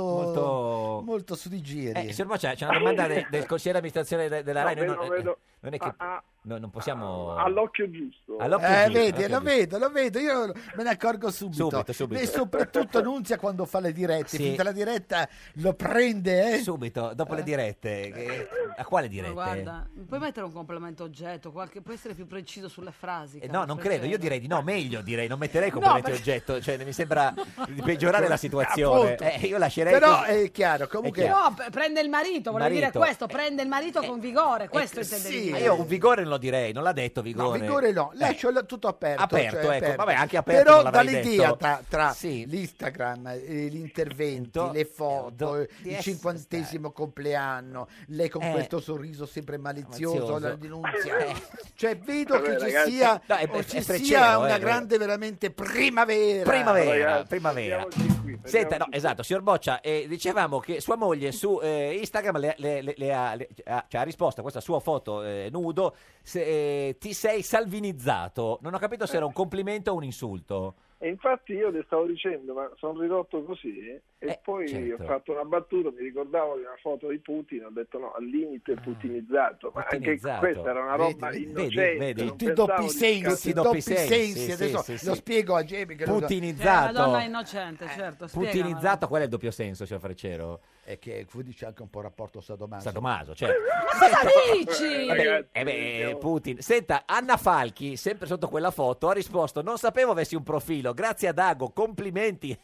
molto su di giri. Signor Boccia, c'è una domanda del consigliere di amministrazione della No, RAI. vedo. Non è che non possiamo... All'occhio giusto. All'occhio giusto, Vedi, all'occhio lo vedo, io me ne accorgo subito. Subito. E soprattutto Nunzia quando fa le dirette, Sì. finita la diretta lo prende, Subito, dopo le dirette. A quale Ma dirette? guarda, puoi mettere un complemento oggetto, puoi essere più preciso sulle frasi. No, Carlo non credo, io Freccero. direi di no, meglio direi, non metterei complementi perché- oggetto, cioè mi sembra di peggiorare la situazione. Appunto. Io lascerei Però così. è chiaro, comunque No, prende il marito, volevo dire Marito. questo, prende il marito con vigore, questo intendevi sì. dire. Ma io un vigore non lo direi, non l'ha detto no, vigore. vigore no, lascio tutto aperto. Aperto, cioè, ecco, vabbè, anche aperto Però non l'avrei dall'idea detto. tra Sì. l'Instagram, gli interventi, le foto, di il essere 50° compleanno, lei con questo sorriso sempre malizioso, Malizioso. la denuncia. Cioè vedo Vabbè, che ci ragazzi. sia, No, è ci Freccero, sia una guarda. grande veramente primavera. Primavera. Fermiamoci qui, Senta, no, fermiamoci esatto, signor Boccia, dicevamo che sua moglie su Instagram ci ha risposto a questa sua foto nudo, ti sei salvinizzato. Non ho capito se era un complimento o un insulto. E infatti io le stavo dicendo, ma sono ridotto così, e poi certo. ho fatto una battuta, mi ricordavo di una foto di Putin, ho detto no, al limite putinizzato, ma Putinizzato. anche questa era una roba Vedi, innocente. vedi. non Tutti pensavo doppi di sensi, scattare. doppi sensi. Adesso sì, lo sì. spiego a Jamie che lo so. Putinizzato. Una donna innocente, certo, spiegamelo. Putinizzato, qual è il doppio senso, signor Freccero? È che tu dici anche un po' rapporto sadomaso. Sadomaso, certo. Ma cosa dici? Vabbè, Putin. Senta, Anna Falchi, sempre sotto quella foto, ha risposto: non sapevo avessi un profilo, grazie a Dago, complimenti.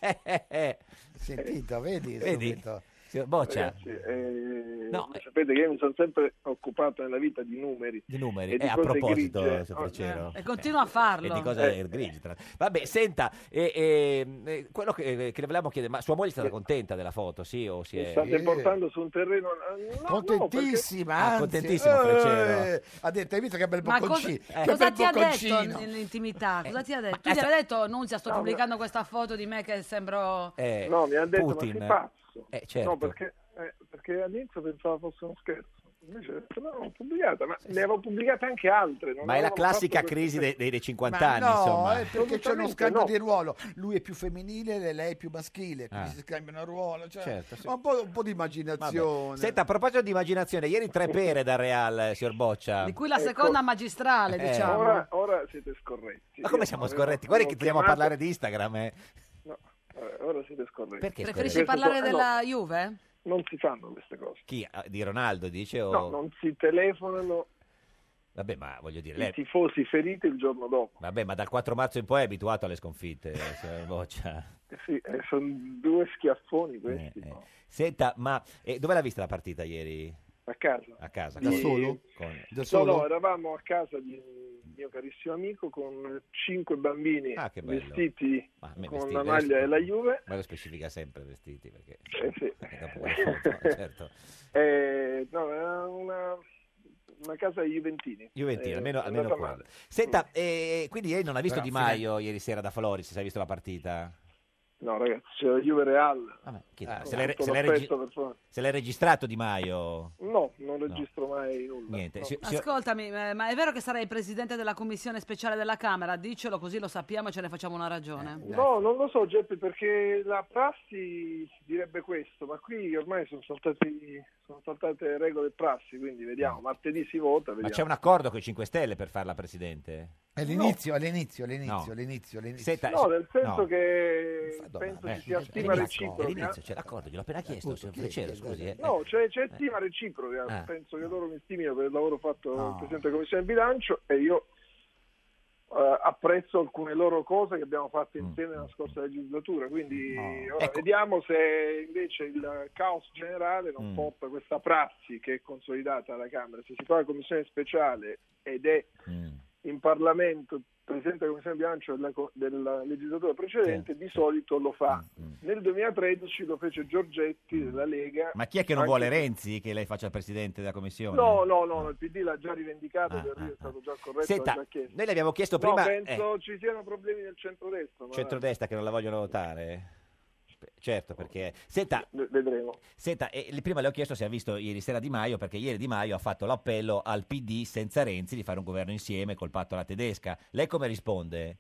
Sentito, vedi? Vedi? Subito. Signor Boccia, Ragazzi, No, sapete che io mi sono sempre occupato nella vita di numeri. di numeri. E di A cose proposito, grigie. signor Freccero. E continua a farlo. E di cose grigie. Vabbè, senta, quello che le volevamo chiedere, ma sua moglie è stata contenta della foto, sì? O si Mi è... state portando su un terreno Contentissima, Ah, anzi. contentissimo, Freccero. Ha detto, hai visto che bel Ma bocconcino? cosa, Che cosa bel ti ha detto bocconcino. nell'intimità? Cosa ti ha detto? Tu gli hai detto, Nunzia, sto pubblicando questa foto di me che sembro... No, mi ha detto, Putin. ma sei pazzo. Certo. No, perché all'inizio pensavo fosse uno scherzo. Invece ho detto, no, l'ho pubblicata, ma ne avevo pubblicate anche altre. non Ma è la avevo classica fatto crisi queste- dei 50 Ma anni, no, insomma. è perché c'è uno Assolutamente scambio no. di ruolo. Lui è più femminile e lei è più maschile, quindi Ah. si scambiano ruolo. Cioè, Certo, sì. un po' di immaginazione. Senta, a proposito di immaginazione, ieri 3 pere da Real, sior Boccia. Di cui la seconda magistrale, diciamo. Ora siete scorretti. Ma come Io siamo avevo- scorretti? Guarda che avevo torniamo a chiamato- parlare di Instagram, No, ora siete scorretti. Perché Preferisci scorretti? parlare no. della Juve? Non si fanno queste cose. Chi? Di Ronaldo, dice? O... No, non si telefonano Vabbè, ma voglio dire, i lei... tifosi feriti il giorno dopo. Vabbè, ma dal 4 marzo in poi è abituato alle sconfitte, signor Boccia. Sì, sono due schiaffoni questi. no? Senta, ma dove l'ha vista la partita ieri? A casa. A casa. Da con- solo? con- Da No, solo? no, eravamo a casa di un mio carissimo amico con 5 bambini Ah, che bello. vestiti Ma a me con vestiti, la maglia adesso- della Juve. Ma lo specifica sempre vestiti, perché... Sì. dopo quelle foto, certo. No, era una casa di Juventini. Juventino, almeno andata quello. male. Senta, quindi lei non ha visto Però, Di Maio ieri sera da Floris, se hai visto la partita? No, ragazzi, c'era Juve Real. Se l'hai Tutto se l'hai l'affetto per favore. se l'hai registrato Di Maio? No, non registro mai nulla. Niente. No. Ascoltami, ma è vero che sarai presidente della commissione speciale della Camera? Dicelo così lo sappiamo e ce ne facciamo una ragione. No, non lo so Geppi, perché la prassi direbbe questo, ma qui ormai sono saltate regole e prassi, quindi vediamo, martedì si vota, Ma vediamo. c'è un accordo con i 5 Stelle per farla presidente? All'inizio. Senta, No, nel senso no. che penso ci sia stima reciproca. All'inizio c'è l'accordo, gliel'ho appena chiesto, signor Freccero, scusi. No, c'è stima reciproca. Ah. Penso che loro mi stimino per il lavoro fatto dal Presidente della Commissione Bilancio e io apprezzo alcune loro cose che abbiamo fatto insieme nella scorsa legislatura. Quindi ora vediamo se invece il caos generale non porta questa prassi che è consolidata alla Camera. Se si fa la Commissione speciale ed è in Parlamento Presidente della Commissione Bilancio della legislatura precedente, di solito lo fa. Nel 2013 lo fece Giorgetti della Lega. Ma chi è che non vuole Renzi che lei faccia il Presidente della Commissione? No, il PD l'ha già rivendicato, è stato già corretto. Senta, l'ha già chiesto. noi le abbiamo chiesto prima... penso ci siano problemi nel centrodestra. Centrodestra che non la vogliono votare? Certo, perché... Senta, vedremo. Senta, prima le ho chiesto se ha visto ieri sera Di Maio, perché ieri Di Maio ha fatto l'appello al PD senza Renzi di fare un governo insieme col patto alla tedesca. Lei come risponde?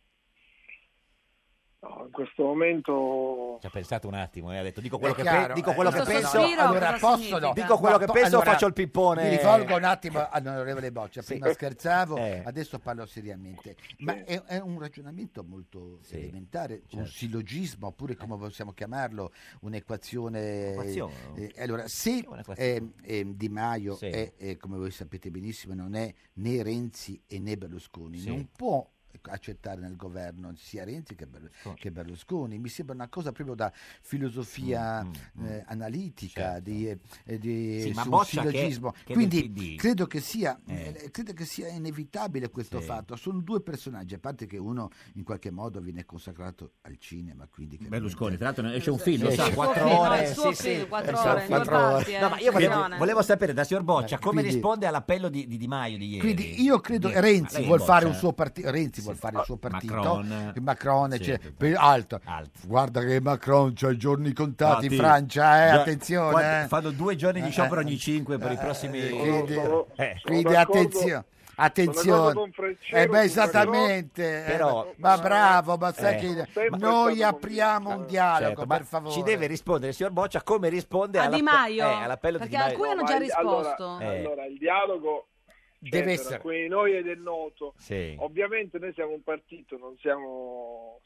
No, in questo momento... Ci ha pensato un attimo, ha detto dico quello che chiaro, dico quello che penso. Allora posso dico quello che penso o faccio il pippone. Mi rivolgo un attimo all'onorevole Boccia, prima scherzavo, adesso parlo seriamente. Ma è un ragionamento molto elementare, un sillogismo, oppure come possiamo chiamarlo, un'equazione. Allora, se Di Maio è, come voi sapete benissimo, non è né Renzi e né Berlusconi, non può accettare nel governo sia Renzi che Berlusconi. Mi sembra una cosa proprio da filosofia analitica di un sillogismo. Quindi credo che sia inevitabile questo fatto. Sono due personaggi, a parte che uno in qualche modo viene consacrato al cinema, quindi Berlusconi, tra l'altro esce un film, lo sa, 4 ore. 4 ore. No, ma io volevo sapere da signor Boccia come risponde all'appello di Maio di ieri. Quindi io credo che Renzi vuol fare un suo partito, vuol fare il suo partito, Macron alto. Guarda che Macron c'ha i giorni contati in Francia, attenzione. Fanno 2 giorni di sciopero ogni 5 per i prossimi... Quindi attenzione. Esattamente. Però, ma bravo, ma sai che noi apriamo un dialogo, per favore. Ci deve rispondere il signor Boccia come risponde a Di Maio, all'appello perché di Di Maio. alcuni hanno già risposto. Allora, il dialogo deve essere, quindi noi ed è noto. Ovviamente noi siamo un partito, non siamo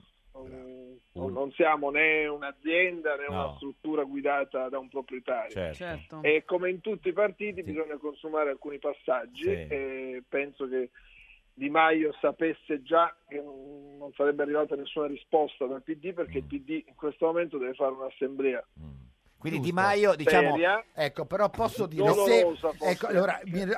né un'azienda né una struttura guidata da un proprietario. Certo. E come in tutti i partiti bisogna consumare alcuni passaggi e penso che Di Maio sapesse già che non sarebbe arrivata nessuna risposta dal PD, perché il PD in questo momento deve fare un'assemblea. Quindi Di Maio, diciamo, ecco, però posso dire allora,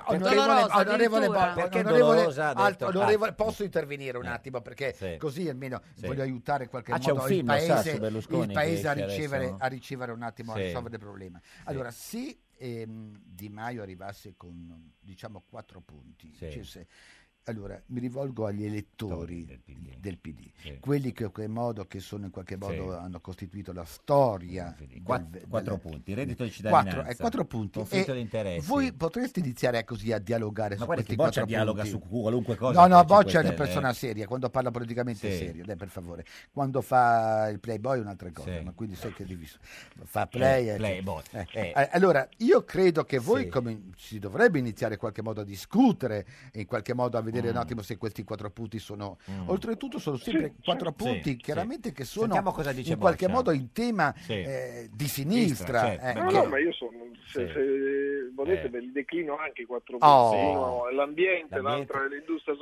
onorevole, posso intervenire un attimo, perché così almeno voglio aiutare in qualche modo il paese a ricevere un attimo, a risolvere il problema. Allora, se Di Maio arrivasse con, diciamo, 4 punti, allora mi rivolgo agli elettori del PD, quelli che in qualche modo hanno costituito la storia. 4 punti, reddito di cittadinanza, 4 punti, conflitto di interessi. Voi potreste iniziare così a dialogare su questi 4 punti. Dialoga su qualunque cosa. No, Boccia è una persona seria, quando parla politicamente serio, per favore. Quando fa il playboy è un'altra cosa, ma quindi sai che fa playboy. Allora, io credo che voi si dovrebbe iniziare in qualche modo a discutere e in qualche modo a vedere un attimo se questi 4 punti sono oltretutto sono sempre 4 punti chiaramente che sono in qualche modo in tema di sinistra. No, ma io se volete ve li declino anche i 4 punti. Uno è l'ambiente, l'altro è l'industria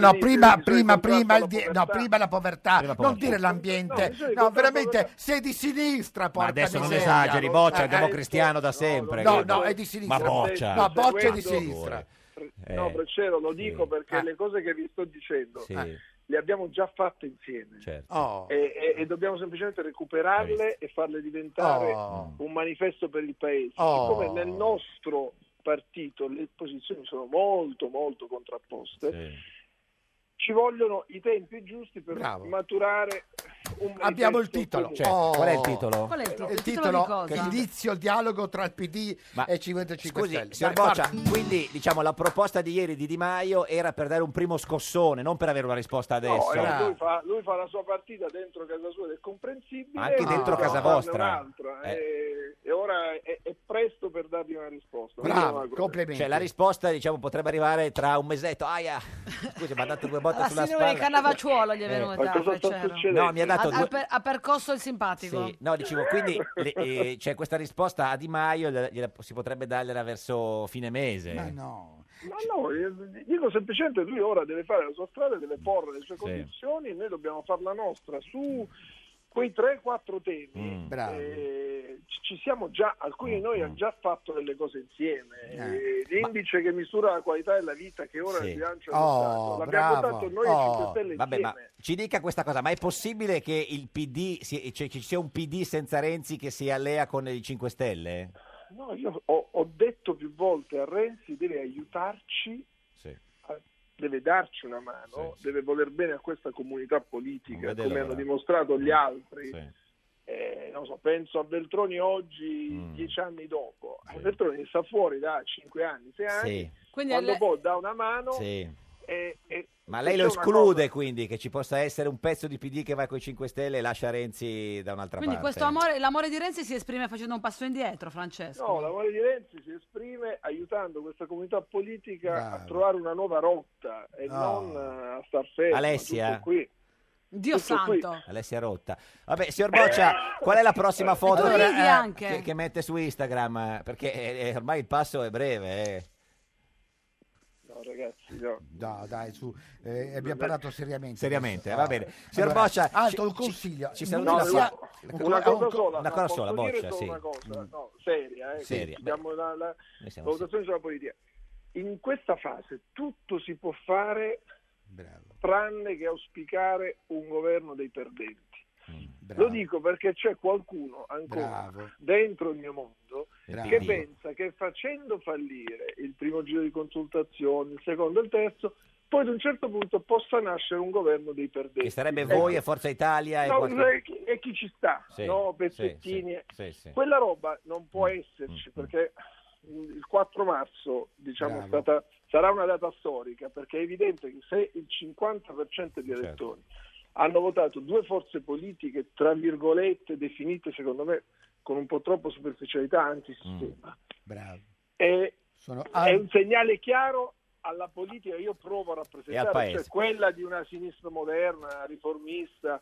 prima la povertà, non dire l'ambiente, veramente sei di sinistra, porca adesso non miseria. esageri, Boccia è democristiano da sempre. No, è di sinistra. Ma Boccia è di sinistra. No, Braccero, lo dico perché le cose che vi sto dicendo le abbiamo già fatte insieme e dobbiamo semplicemente recuperarle e farle diventare un manifesto per il paese. Siccome nel nostro partito le posizioni sono molto molto contrapposte, ci vogliono i tempi giusti per maturare un abbiamo il titolo. Qual è il titolo? Il titolo inizio il dialogo tra il PD e 5 Stelle. Signor Boccia, quindi diciamo la proposta di ieri di Di Maio era per dare un primo scossone, non per avere una risposta adesso. Lui fa la sua partita dentro casa sua ed è comprensibile, anche dentro casa vostra. E ora è presto per dargli una risposta. Bravo, complimenti. Cioè la risposta, diciamo, potrebbe arrivare tra un mesetto. Scusi, mi ha dato 2 botte sulla spalla. Di Cannavacciuolo gli è venuta. No, mi ha dato ha percosso il simpatico. No, dicevo, quindi c'è questa risposta a Di Maio si potrebbe dargliela verso fine mese. Ma no, dico semplicemente lui ora deve fare la sua strada, deve porre le sue condizioni e noi dobbiamo fare la nostra su quei 3-4 temi Bravo. ci siamo già, alcuni di noi hanno già fatto delle cose insieme. L'indice che misura la qualità della vita che ora il bilancio l'abbiamo votato noi e 5 Stelle Vabbè, insieme. ma ci dica questa cosa, ma è possibile che il PD, cioè, ci sia un PD senza Renzi che si allea con i 5 Stelle? No, io ho detto più volte a Renzi deve aiutarci, deve darci una mano, deve voler bene a questa comunità politica, come hanno dimostrato gli altri. Non so, penso a Veltroni oggi, 10 anni dopo. Veltroni sta fuori da 5 anni, 6 anni, quando poi dà una mano. Ma lei lo esclude quindi che ci possa essere un pezzo di PD che va con i 5 Stelle e lascia Renzi da un'altra Quindi parte? l'amore di Renzi si esprime facendo un passo indietro, Francesco? No, l'amore di Renzi si esprime aiutando questa comunità politica a trovare una nuova rotta e non a star ferma. Alessia? Tutto qui. Dio santo. Alessia Rotta. Vabbè, signor Boccia, qual è la prossima foto anche. che mette su Instagram? Perché ormai il passo è breve. No, ragazzi, no. No, dai, su, abbiamo parlato seriamente. Seriamente, adesso. va bene. Signor Boccia, altro consiglio. Ci saluti una cosa sola. Una cosa sola, posso dire Boccia, solo sì. una cosa, seria. Seria. Abbiamo la Noi siamo valutazione sulla politica. In questa fase tutto si può fare tranne che auspicare un governo dei perdenti. Lo dico perché c'è qualcuno ancora dentro il mio mondo che pensa che facendo fallire il primo giro di consultazioni, il secondo e il terzo, poi ad un certo punto possa nascere un governo dei perdenti. Che sarebbe voi e Forza Italia e chi ci sta, pezzettini. Quella roba non può esserci perché il 4 marzo sarà una data storica, perché è evidente che se il 50% degli elettori hanno votato due forze politiche, tra virgolette, definite secondo me con un po' troppo superficialità antisistema, è un segnale chiaro alla politica che io provo a rappresentare, cioè quella di una sinistra moderna, riformista,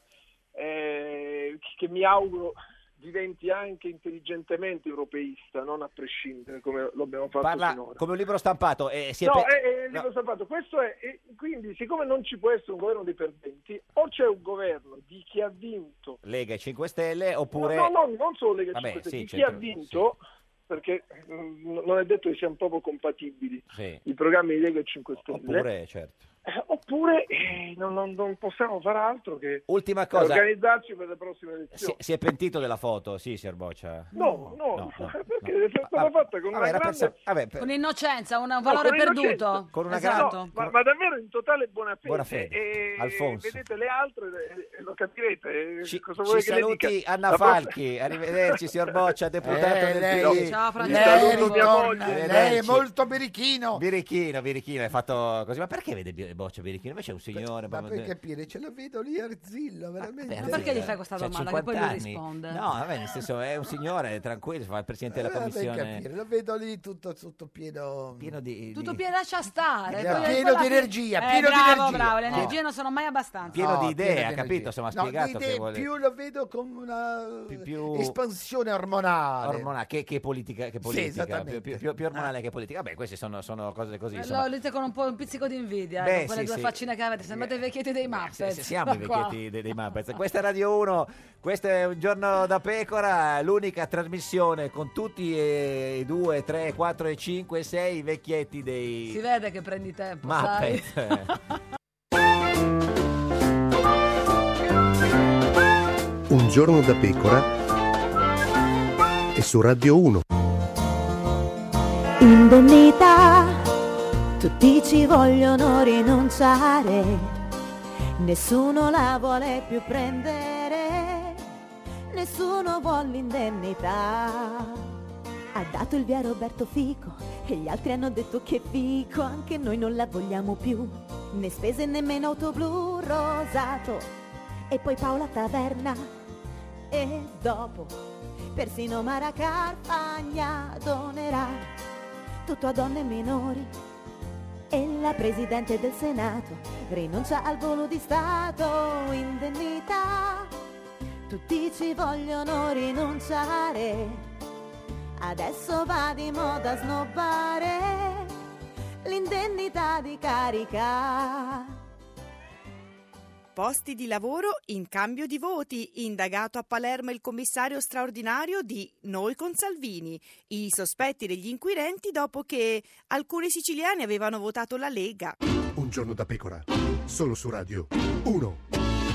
che mi auguro diventi anche intelligentemente europeista, non a prescindere come lo abbiamo fatto finora. Come un libro stampato. È un libro stampato. Questo quindi, siccome non ci può essere un governo dei perdenti, o c'è un governo di chi ha vinto Lega e 5 Stelle, oppure... No, non solo Lega e 5 Stelle, di chi ha vinto, perché non è detto che siano proprio compatibili i programmi di Lega e 5 Stelle. Oppure, Oppure non possiamo fare altro che ultima cosa, organizzarci per le prossime elezioni. Si è pentito della foto, signor Boccia? No, perché è stata fatta con una grande... con innocenza, un valore perduto. Con una grande... ma davvero in totale buona fede. Alfonso. Vedete le altre lo capirete. Ci saluti Anna Falchi. Arrivederci, signor Boccia, deputato del PD. Ciao Francesco. Lei è molto birichino. Birichino, hai fatto così. Ma perché vede Boccia birichino? Invece è un signore. Ma per capire, ce lo vedo lì Arzillo, veramente. Ma perché gli fai questa domanda? Che poi lui risponde. No, vabbè, nel senso è un signore tranquillo, fa il presidente della commissione. Lo vedo lì tutto pieno di... Tutto pieno, lascia stare. Pieno di energia, bravo, le energie non sono mai abbastanza. Pieno di idee, ha capito? Insomma, ha spiegato che vuole... più lo vedo come una espansione ormonale. Che politica, più ormonale che politica. Vabbè, queste sono cose così. Lo dite con un pizzico di invidia, con quelle due faccine che avete, sembrate i vecchietti dei Muppets. Siamo i vecchietti dei Muppets. Questa è Radio 1, questo è Un Giorno da Pecora, l'unica trasmissione con tutti e 2, 3, 4 e 5 e 6 vecchietti dei... Si vede che prendi tempo, Muppets. Un Giorno da Pecora e su Radio 1. Indennità, tutti ci vogliono rinunciare, nessuno la vuole più prendere, nessuno vuole l'indennità. Ha dato il via Roberto Fico e gli altri hanno detto che fico, anche noi non la vogliamo più, né spese nemmeno auto blu rosato, e poi Paola Taverna, e dopo persino Mara Carfagna donerà tutto a donne minori, e la Presidente del Senato rinuncia al volo di Stato. Indennità, tutti ci vogliono rinunciare, adesso va di moda snobbare l'indennità di carica. posti di lavoro in cambio di voti. Indagato a Palermo il commissario straordinario di Noi con Salvini. I sospetti degli inquirenti dopo che alcuni siciliani avevano votato la Lega. Un giorno da pecora, solo su Radio 1.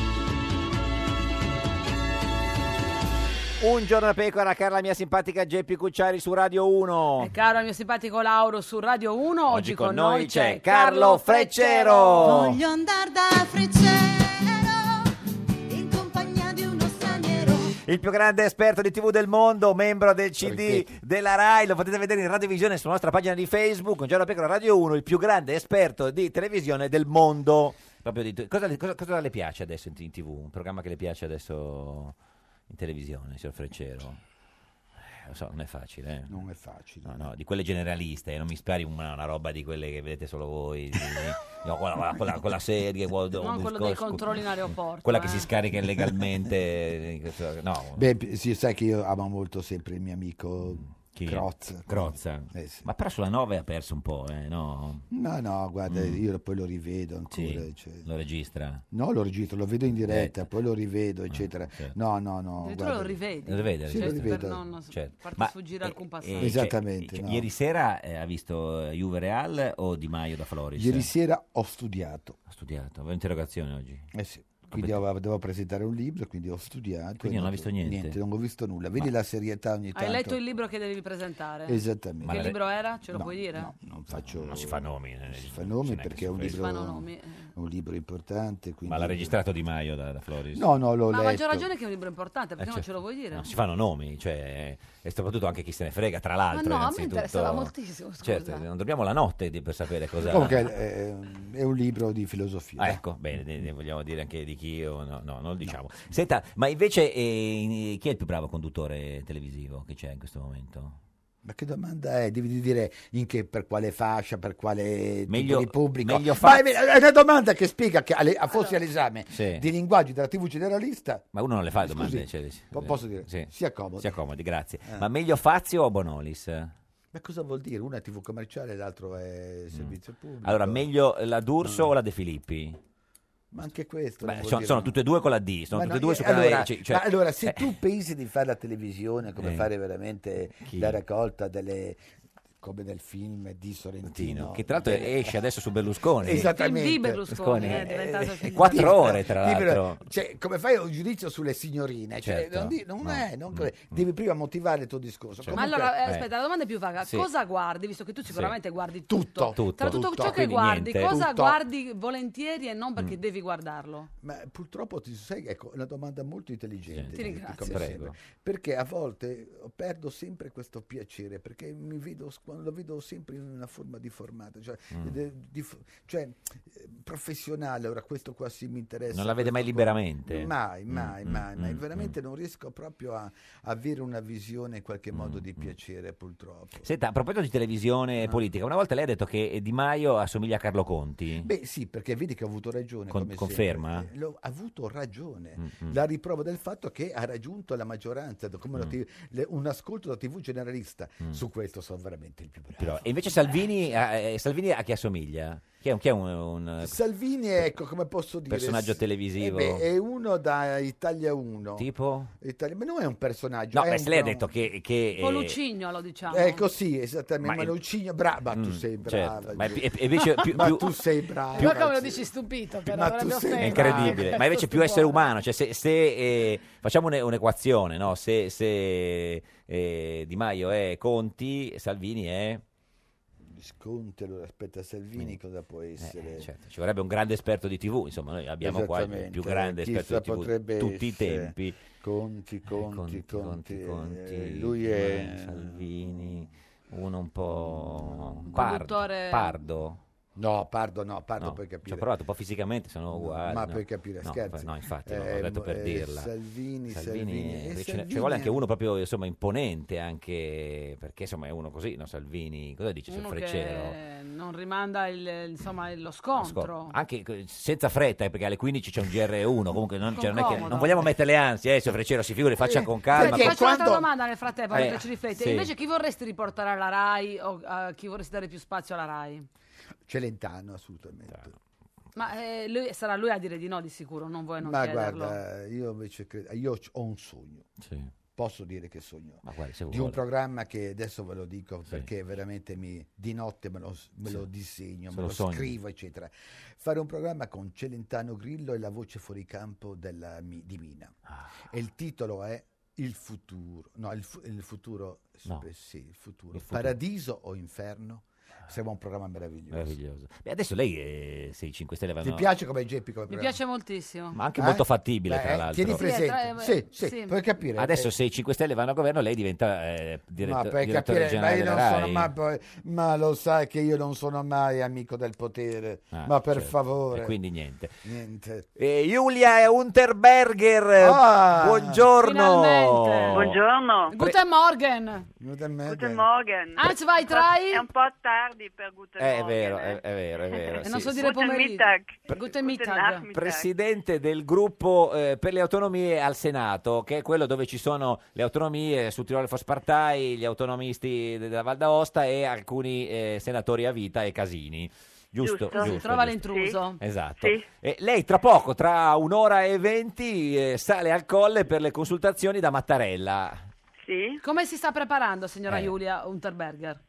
Un giorno da pecora, cara la mia simpatica Geppi Cucciari su Radio 1. E caro il mio simpatico Lauro su Radio 1. Oggi con noi c'è Carlo Freccero. Voglio andare da Freccero in compagnia di uno straniero. Il più grande esperto di TV del mondo, membro del CD della Rai, lo potete vedere in radiovisione sulla nostra pagina di Facebook. Un giorno da pecora Radio 1, il più grande esperto di televisione del mondo. Proprio cosa le piace adesso in TV? Un programma che le piace adesso in televisione, signor Freccero? Lo so, non è facile. Non è facile. No, di quelle generaliste, non mi spari una roba di quelle che vedete solo voi. Quella serie. Non quello dei controlli in aeroporto. Quella che si scarica illegalmente. No. Beh, si sa che io amo molto sempre il mio amico Crozza. Sì. Ma però sulla 9 ha perso un po', no? No, guarda, io poi lo rivedo ancora. Sì, lo registra? No, lo registro, lo vedo in diretta, poi lo rivedo, eccetera. Certo. No. Addirittura lo rivedi? Lo rivede, sì, lo rivedo. Per non farti sfuggire alcun passaggio. Esattamente. No. Ieri sera ha visto Juve Real o Di Maio da Floris? Ieri sera ho studiato. Avevo interrogazione oggi? Sì. Quindi dovevo presentare un libro, quindi ho studiato. Quindi non ha visto niente? Niente, non ho visto nulla. Vedi la serietà ogni tanto. Hai letto il libro che devi presentare? Esattamente. Che libro era? Ce lo puoi dire? No, non si fa nomi. Si fa nomi perché è un libro importante. Quindi... Ma l'ha registrato Di Maio da Floris? No, l'ho letto. Ma ha maggior ragione che è un libro importante, perché non ce lo vuoi dire? Non si fanno nomi, e soprattutto anche chi se ne frega, tra l'altro. Ma no, a me interessava moltissimo, scusa. Certo, non dormiamo la notte per sapere cosa... Comunque è un libro di filosofia. Ecco, bene, ne vogliamo dire anche di chi o no? Non lo diciamo. No. Senta, ma invece chi è il più bravo conduttore televisivo che c'è in questo momento? Ma che domanda è? Devi dire per quale fascia, per quale tipo di pubblico. Meglio è una domanda che spiega che fossi all'esame di linguaggio della TV generalista. Ma uno non le fa le domande. Posso dire? Sì. Si accomodi. Si accomodi, grazie. Ma meglio Fazio o Bonolis? Ma cosa vuol dire? Una è TV commerciale, l'altro è servizio pubblico. Allora, meglio la D'Urso o la De Filippi? Ma anche questo sono tutte e due con la D, sono tutte e due su canale. Allora, se tu pensi di fare la televisione come fare veramente la raccolta delle, come nel film di Sorrentino, che tra l'altro esce adesso su Berlusconi. Esattamente. Il film di Berlusconi è diventato film 4 ore tra l'altro. Come fai un giudizio sulle signorine? Certo. Devi prima motivare il tuo discorso. Ma allora, aspetta, la domanda è più vaga. Cosa guardi, visto che tu sicuramente guardi tutto? Tutto. Tra tutto ciò che guardi, cosa guardi volentieri e non perché devi guardarlo? Ma purtroppo è una domanda molto intelligente. Ti ringrazio. Prego. Perché a volte perdo sempre questo piacere, perché lo vedo sempre in una forma di formato, cioè professionale. Ora questo qua sì mi interessa. Non la vede mai liberamente? Mai. Veramente non riesco proprio a avere una visione in qualche modo di piacere, purtroppo. Senta, a proposito di televisione e politica, una volta lei ha detto che Di Maio assomiglia a Carlo Conti. Beh sì, perché vedi che ho avuto ragione. Conferma? L'ho avuto ragione. La riprova del fatto che ha raggiunto la maggioranza, come un ascolto da TV generalista. Su questo sono veramente il più bravo. E invece Salvini a chi assomiglia? Chi è un Salvini è, come posso dire, personaggio televisivo? È uno da Italia 1. Tipo? Ma non è un personaggio. No, lei ha detto che Lucigno, diciamo. Così, esattamente. Ma Lucigno, brava, tu sei brava. Certo. Ma invece tu sei brava. Ma come lo dici stupito, però. È incredibile. Ma invece più essere umano. Cioè, se facciamo un'equazione, no? Se Di Maio è Conti, Salvini è... Conte, allora aspetta, Salvini cosa può essere? Certo. Ci vorrebbe un grande esperto di TV, insomma noi abbiamo qua il più grande esperto di TV tutti i tempi. Conti. Lui è Salvini, uno un po' pardo. No, Pardo puoi capire. Ci ho provato un po' fisicamente, sono uguali. Ma puoi capire, scherzi. No, infatti, l'ho detto per dirla. Salvini. Ci vuole anche uno proprio, insomma, imponente, anche perché, insomma, è uno così, no? Salvini, cosa dice sul Freccero? Non rimanda lo scontro. Anche senza fretta, perché alle 15 c'è un GR1, comunque non vogliamo mettere le ansie, sul Freccero si figuri, faccia con calma. Faccio un'altra domanda nel frattempo, mentre ci rifletti. Sì. Invece chi vorresti riportare alla Rai o chi vorresti dare più spazio alla Rai? Celentano, assolutamente. Ma sarà lui a dire di no di sicuro, non voi non Ma chiederlo. guarda, io invece credo, io ho un sogno. Posso dire che sogno Ma guarda, se di vuole. un programma che adesso ve lo dico perché veramente di notte me lo disegno, Se me lo lo sogni. scrivo, eccetera. Fare un programma con Celentano Grillo e la voce fuori campo di Mina. E il titolo è Il futuro. No, il futuro. No. Sì, il futuro. Il futuro. Paradiso o inferno? Sembra un programma meraviglioso. Beh, adesso lei, se i 5 Stelle vanno... Ti piace come Geppi come Mi programma? piace moltissimo. Ma anche molto fattibile, tra l'altro. Tieni presente. Sì, puoi capire. Adesso se i 5 Stelle vanno a governo, lei diventa Ma direttore per capire, ma generale io non della sono Rai. ma lo sai che io non sono mai amico del potere. Ma per certo. favore. E quindi niente. Niente. Giulia Unterberger, buongiorno. Finalmente. Buongiorno. Guten Morgen. Guten Morgen. Eins, zwei, drei. È un po' tardi per Guten Morgen. È vero, è vero. E non sì, so sì. dire pomeriggio. Mittag. Guten Mittag. Nachmittag. Presidente del gruppo per le autonomie al Senato, che è quello dove ci sono le autonomie su Tirolo Fospartai, gli autonomisti della Val d'Aosta e alcuni senatori a vita e Casini. Giusto? Si trova l'intruso. Esatto. Sì. E lei tra poco, tra 1 ora e 20, sale al Colle per le consultazioni da Mattarella. Sì. Come si sta preparando, signora Giulia Unterberger?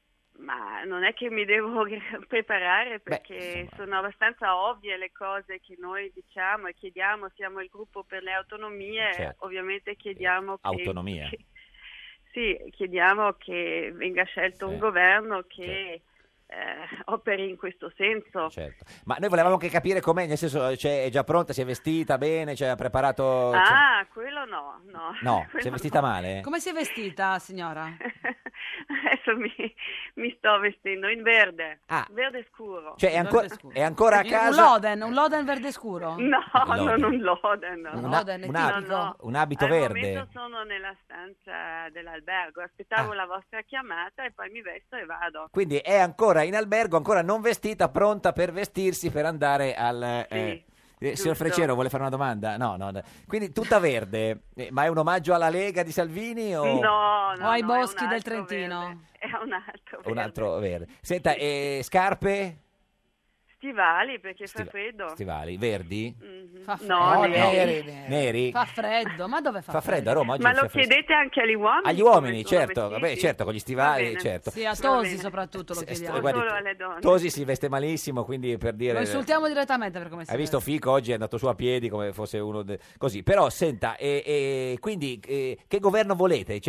Ma non è che mi devo preparare perché sono abbastanza ovvie le cose che noi diciamo e chiediamo. Siamo il gruppo per le autonomie, Certo. ovviamente chiediamo Autonomia. Sì, chiediamo che venga scelto un governo che operi in questo senso. Certo. Ma noi volevamo anche capire com'è, nel senso, è già pronta, si è vestita bene, ha preparato... Quello no. No, quello si è vestita no. male? Come si è vestita, signora? Adesso mi sto vestendo in verde, verde scuro. Cioè è ancora a casa? Un Loden verde scuro? No, Loden. non un Loden. Un Loden è tipico. Un abito Al verde? momento sono nella stanza dell'albergo, aspettavo la vostra chiamata e poi mi vesto e vado. Quindi è ancora in albergo, ancora non vestita, pronta per vestirsi per andare al... signor giusto. Freccero vuole fare una domanda? No. Quindi tutta verde, ma è un omaggio alla Lega di Salvini o... No, O ai è boschi un del altro Trentino? verde. È un altro verde. Un altro verde. Senta, scarpe? Stivali perché fa freddo. Stivali, verdi? Fa No, freddo. Neri? Fa freddo, ma dove fa Fa freddo a Roma oggi? Ma fa lo freddo. chiedete anche agli uomini? Agli uomini, come sono certo, vestiti? vabbè, certo, con gli Va stivali, bene. certo. Sì, a Tosi soprattutto lo chiediamo. Guardi, solo alle donne. Tosi si veste malissimo, quindi per dire... Lo insultiamo direttamente per come si Hai visto veste. Fico oggi è andato su a piedi come fosse uno così, però senta, quindi che governo volete?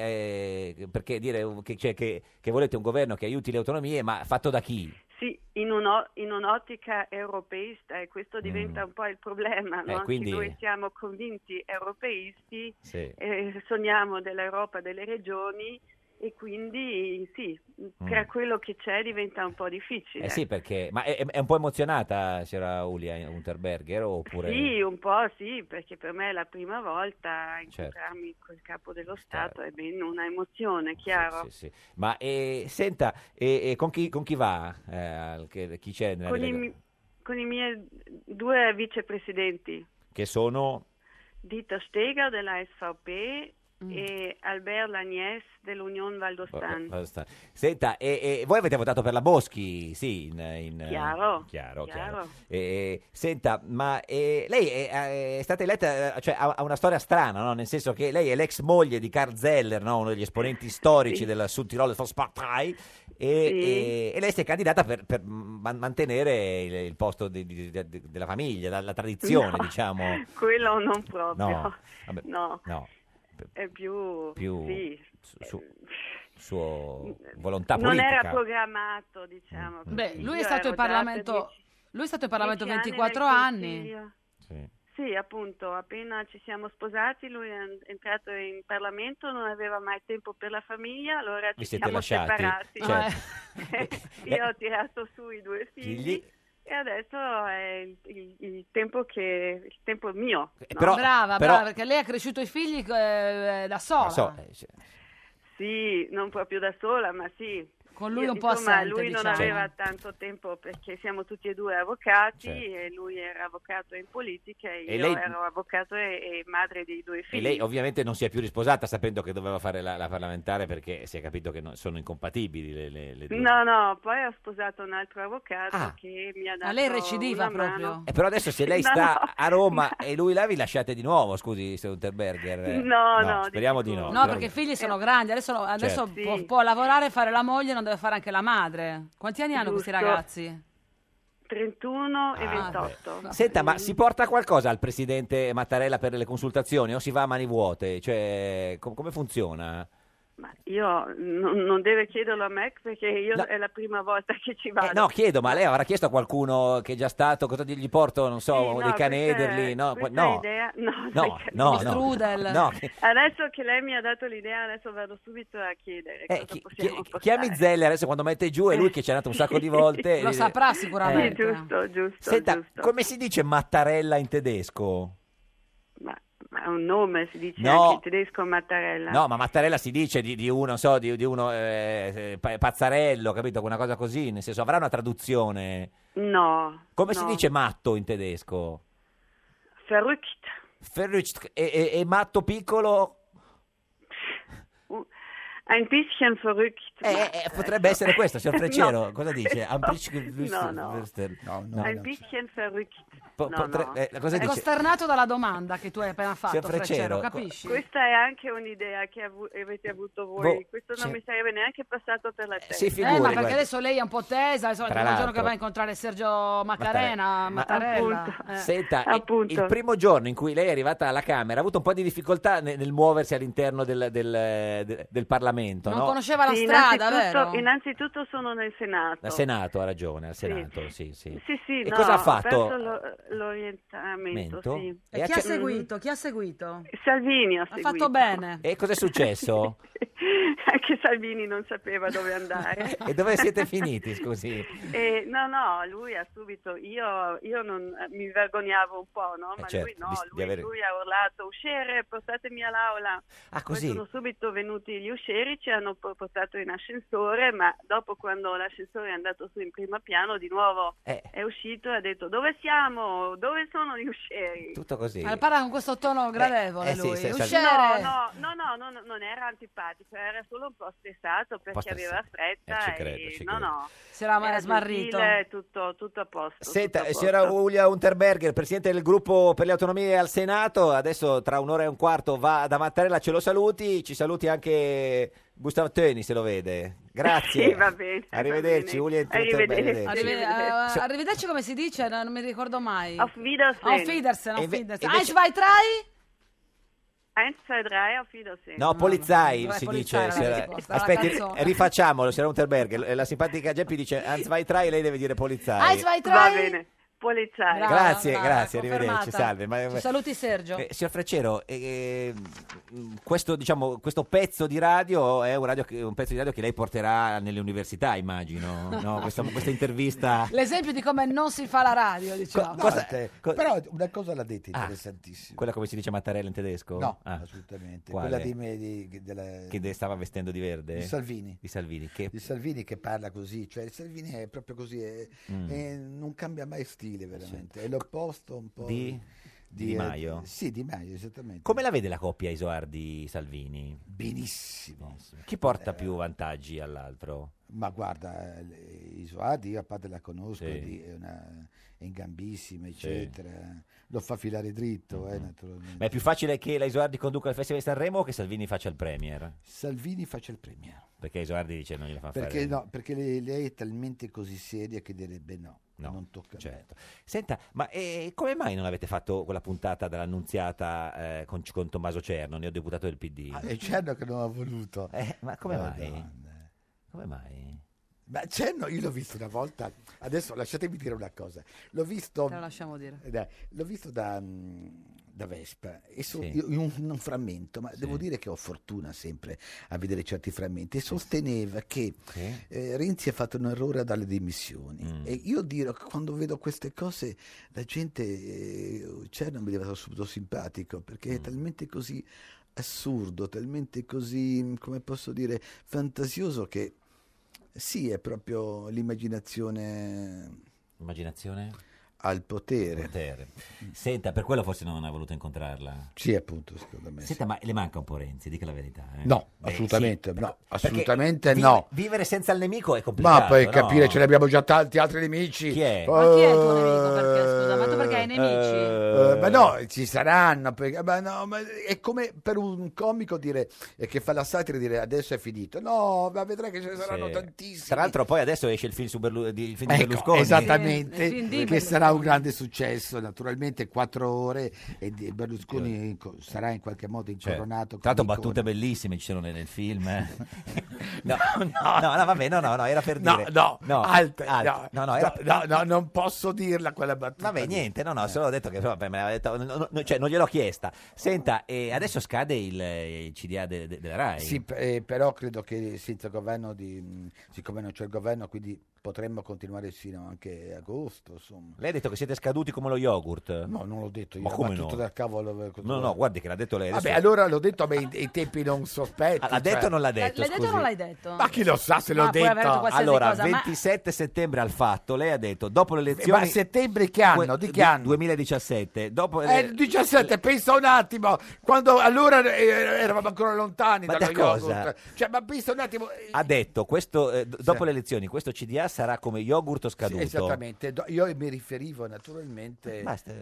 Perché dire che volete un governo che aiuti le autonomie, ma fatto da chi? Sì, in un'ottica europeista e questo diventa un po' il problema, no? quindi- Che noi siamo convinti europeisti, Sì. sogniamo dell'Europa delle regioni e quindi sì, tra quello che c'è diventa un po' difficile. Sì, perché ma è un po' emozionata, signora Giulia Unterberger, oppure... Sì, un po' sì, perché per me è la prima volta Certo. incontrarmi col capo dello Stato, è ben una emozione, chiaro. Sì. Ma senta, con chi va? Chi c'è nella Con delegazione? con i miei due vicepresidenti, Che sono? Dieter Steger della SVP e Albert Lagnès dell'Unione Val d'Ostan. Senta, voi avete votato per la Boschi? Sì, Chiaro. Chiaro. Senta, ma lei è stata eletta, cioè ha una storia strana, no? Nel senso che lei è l'ex moglie di Karl Zeller, no? Uno degli esponenti storici della Südtirol Volkspartei, e lei si è candidata per mantenere il posto della famiglia, la tradizione, No, diciamo. Quello non proprio. No, vabbè, No. no. È più sì. Sua volontà Non politica. era programmato, diciamo. Beh, così. lui è Io stato in ero già Parlamento. da Lui è stato in Parlamento 10 24 nel anni. Consiglio. Sì, appunto, appena ci siamo sposati, lui è entrato in Parlamento, non aveva mai tempo per la famiglia, allora Vi ci siete siamo lasciati, separati. certo. Io ho tirato su i due figli e adesso è il tempo mio. no? Brava, perché lei ha cresciuto i figli da sola. Sì, non proprio da sola, ma sì. Con lui un po' insomma, assente, lui non diciamo. aveva tanto tempo perché siamo tutti e due avvocati Certo. e lui era avvocato in politica e E io lei- ero avvocato e madre dei due figli. E lei ovviamente non si è più risposata sapendo che doveva fare la parlamentare perché si è capito che sono incompatibili le due. No, poi ho sposato un altro avvocato Ah. che mi ha dato Ma lei recidiva una proprio? mano. Però adesso se lei No, sta no. a Roma e lui là vi lasciate di nuovo, scusi, Unterberger. No, speriamo di no. No, speriamo perché i di no. figli sono grandi, adesso Certo. può lavorare e fare la moglie, non deve fare anche la madre. Quanti anni hanno questi Giusto. ragazzi? 31 e Ah, 28. Senta, ma si porta qualcosa al presidente Mattarella per le consultazioni o si va a mani vuote? Cioè, come funziona? Ma io non deve chiederlo a me perché io No. è la prima volta che ci vado. No, chiedo, ma lei avrà chiesto a qualcuno che è già stato, cosa gli porto, non so, Sì, dei questa canederli? No, questa no. idea, No, no, strudel. no. Adesso che lei mi ha dato l'idea, adesso vado subito a chiedere cosa possiamo portare. Chiami Zeller adesso quando mette giù, è lui che ci è andato un sacco di volte. Lo saprà sicuramente. Giusto. Senta, come si dice Mattarella in tedesco? Ma è un nome, si dice No. anche in tedesco Mattarella. No, ma Mattarella si dice di uno, non so, di uno pazzarello, capito? Una cosa così, nel senso, avrà una traduzione. No. Come si no. dice matto in tedesco? Verrückt. Verrückt. E matto piccolo? Ein bisschen verrückt. Potrebbe essere questo, signor Freccero. No. Cosa dice? No, Ein bisschen verrückt. Cosa È dice? costernato dalla domanda che tu hai appena fatto, Signor Freccero, capisci? Questa è anche un'idea che avete avuto voi. Questo non sì. mi sarebbe neanche passato per la testa. si figuri, Ma perché guardi. adesso lei è un po' tesa, insomma, Tra il giorno l'altro. che va a incontrare Sergio Mattarella. Senta, il primo giorno in cui lei è arrivata alla Camera ha avuto un po' di difficoltà nel muoversi all'interno del Parlamento, Non no? conosceva la Sì, strada, vero? Innanzitutto sono nel Senato. Al Senato, ha ragione, al Senato, sì. Sì, E no, cosa ha ho fatto? perso l'orientamento, Mento? sì. E chi ha seguito? Chi ha seguito? Salvini ha Ha seguito. fatto bene. E cosa è successo? Anche Salvini non sapeva dove andare. E dove siete finiti, scusi? No, lui ha subito, io non mi vergognavo un po', no? Ma certo, lui no, di avere- lui ha urlato usciere, portatemi all'aula. Ah, Poi così? sono subito venuti gli uscieri, ci hanno portato in ascensore, ma dopo quando l'ascensore è andato su in primo piano di nuovo è uscito e ha detto dove siamo? Dove sono gli uscieri? Tutto così. Ma parla con questo tono gradevole sì, lui. sì, Usciere. No, non era antipatico, era solo un po' stressato perché aveva fretta ci credo, ci credo. si era smarrito. tutto a posto. Senta, tutto a signora posto. Ulia Unterberger, presidente del gruppo per le autonomie al Senato, adesso tra un'ora e un quarto va da Mattarella, ce lo saluti, ci saluti anche Gustav Töni se lo vede. Grazie. Sì, va bene. Arrivederci, va bene. Ulia Unterberger. Arrivederci come si dice? Non mi ricordo mai. Auf Wiedersehen. Auf Wiedersehen, auf E Wiedersehen. invece- 1, 2, 3. 1, 2, 3, auf Wiedersehen. No, Polizei Dov'è si Polizei, dice. la signora- risposta, la Aspetti, canzone. rifacciamolo, signora Unterberger. La simpatica Geppi dice Hans vai e lei deve dire Polizei. 1, 2, 3. Va bene. Polizei. Grazie, Brava, grazie, confermata. arrivederci, salve. Ci saluti Sergio. Signor Freccero, questo pezzo di radio è un pezzo di radio che lei porterà nelle università, immagino, no? Questa intervista. L'esempio di come non si fa la radio, diciamo. Però una cosa l'ha detta interessantissima. Quella come si dice Mattarella in tedesco? No, Ah. assolutamente. Quale? Quella di me, della- Che stava vestendo di verde? Di Salvini. Di Salvini, che... Di Salvini che parla così, cioè Salvini è proprio così, non cambia mai stile veramente, è l'opposto un po' Di Maio? Sì, Di Maio, esattamente. Come la vede la coppia Isoardi-Salvini? Benissimo. Chi porta più vantaggi all'altro? Ma guarda, Isoardi io a parte la conosco, Sì. è in gambissima, eccetera. Lo fa filare dritto, naturalmente. Ma è più facile che la Isoardi conduca il Festival di Sanremo o che Salvini faccia il Premier? Salvini faccia il Premier. Perché Isoardi dice non gliela fa Perché fare. no? Perché lei è talmente così seria che direbbe no, non tocca a me. Certo. Senta, ma come mai non avete fatto quella puntata dell'Annunziata con Tommaso Cerno, neodeputato del PD? È certo che non ha voluto. Ma come mai? Madonna. Come mai? Ma Cerno io l'ho visto una volta, adesso lasciatemi dire una cosa, l'ho visto, Te lo lasciamo dire. l'ho visto da Vespa e Sì. io in un frammento, ma devo dire che ho fortuna sempre a vedere certi frammenti, e sosteneva che Renzi ha fatto un errore a dare le dimissioni e io dirò che quando vedo queste cose la gente, Cerno mi diventa subito simpatico perché è talmente così assurdo, talmente così, come posso dire, fantasioso che Sì, è proprio l'immaginazione Immaginazione? al potere. Senta, per quello forse non ha voluto incontrarla. Sì, appunto, secondo me. Senta, ma le manca un po' Renzi, dica la verità. No, Beh, assolutamente sì, no, perché assolutamente vive- no. Vivere senza il nemico è complicato. Ma poi no? capire, ce ne abbiamo già tanti altri nemici. Chi è? Ma chi è il tuo nemico? Perché, scusa, ma tu perché hai nemici? Ma no, ci saranno, ma no, ma è come per un comico dire che fa la satira dire adesso è finito. No, ma vedrai che ce ne saranno Sì. tantissimi. Tra l'altro poi adesso esce il film, il film di Ecco, Berlusconi. esattamente, Sì, il film di che Berlusconi. sarà un grande successo, naturalmente 4 ore e Berlusconi sarà in qualche modo incoronato. Tra l'altro come battute icona. bellissime ci sono nel film. No, vabbè, no, era per dire. No, non posso dirla quella battuta. Vabbè, niente, solo ho detto che vabbè, me l'aveva detto, cioè non gliel'ho chiesta. Senta, adesso scade il CDA della RAI. Sì, però credo che senza governo siccome non c'è il governo, quindi potremmo continuare sino anche agosto, insomma. Lei ha detto che siete scaduti come lo yogurt. No, non l'ho detto io, Ma come tutto no? dal cavolo. No, guardi che l'ha detto lei. Vabbè, adesso- allora l'ho detto in tempi non sospetti. L'ha detto o non l'ha detto? L'hai detto o non l'hai detto? Ma chi lo sa se l'ho puoi aver detto detto? qualsiasi Allora, cosa, ma- 27 settembre al Fatto, lei ha detto dopo le elezioni. Ma a settembre che anno? Di che anno? 2017. Dopo 17, pensa un attimo, quando allora eravamo ancora lontani Ma dallo da cosa? yogurt. Cioè, ma pensa un attimo. Ha detto questo dopo le elezioni questo CDA sarà come yogurt scaduto. Sì, esattamente, io mi riferivo naturalmente Basta.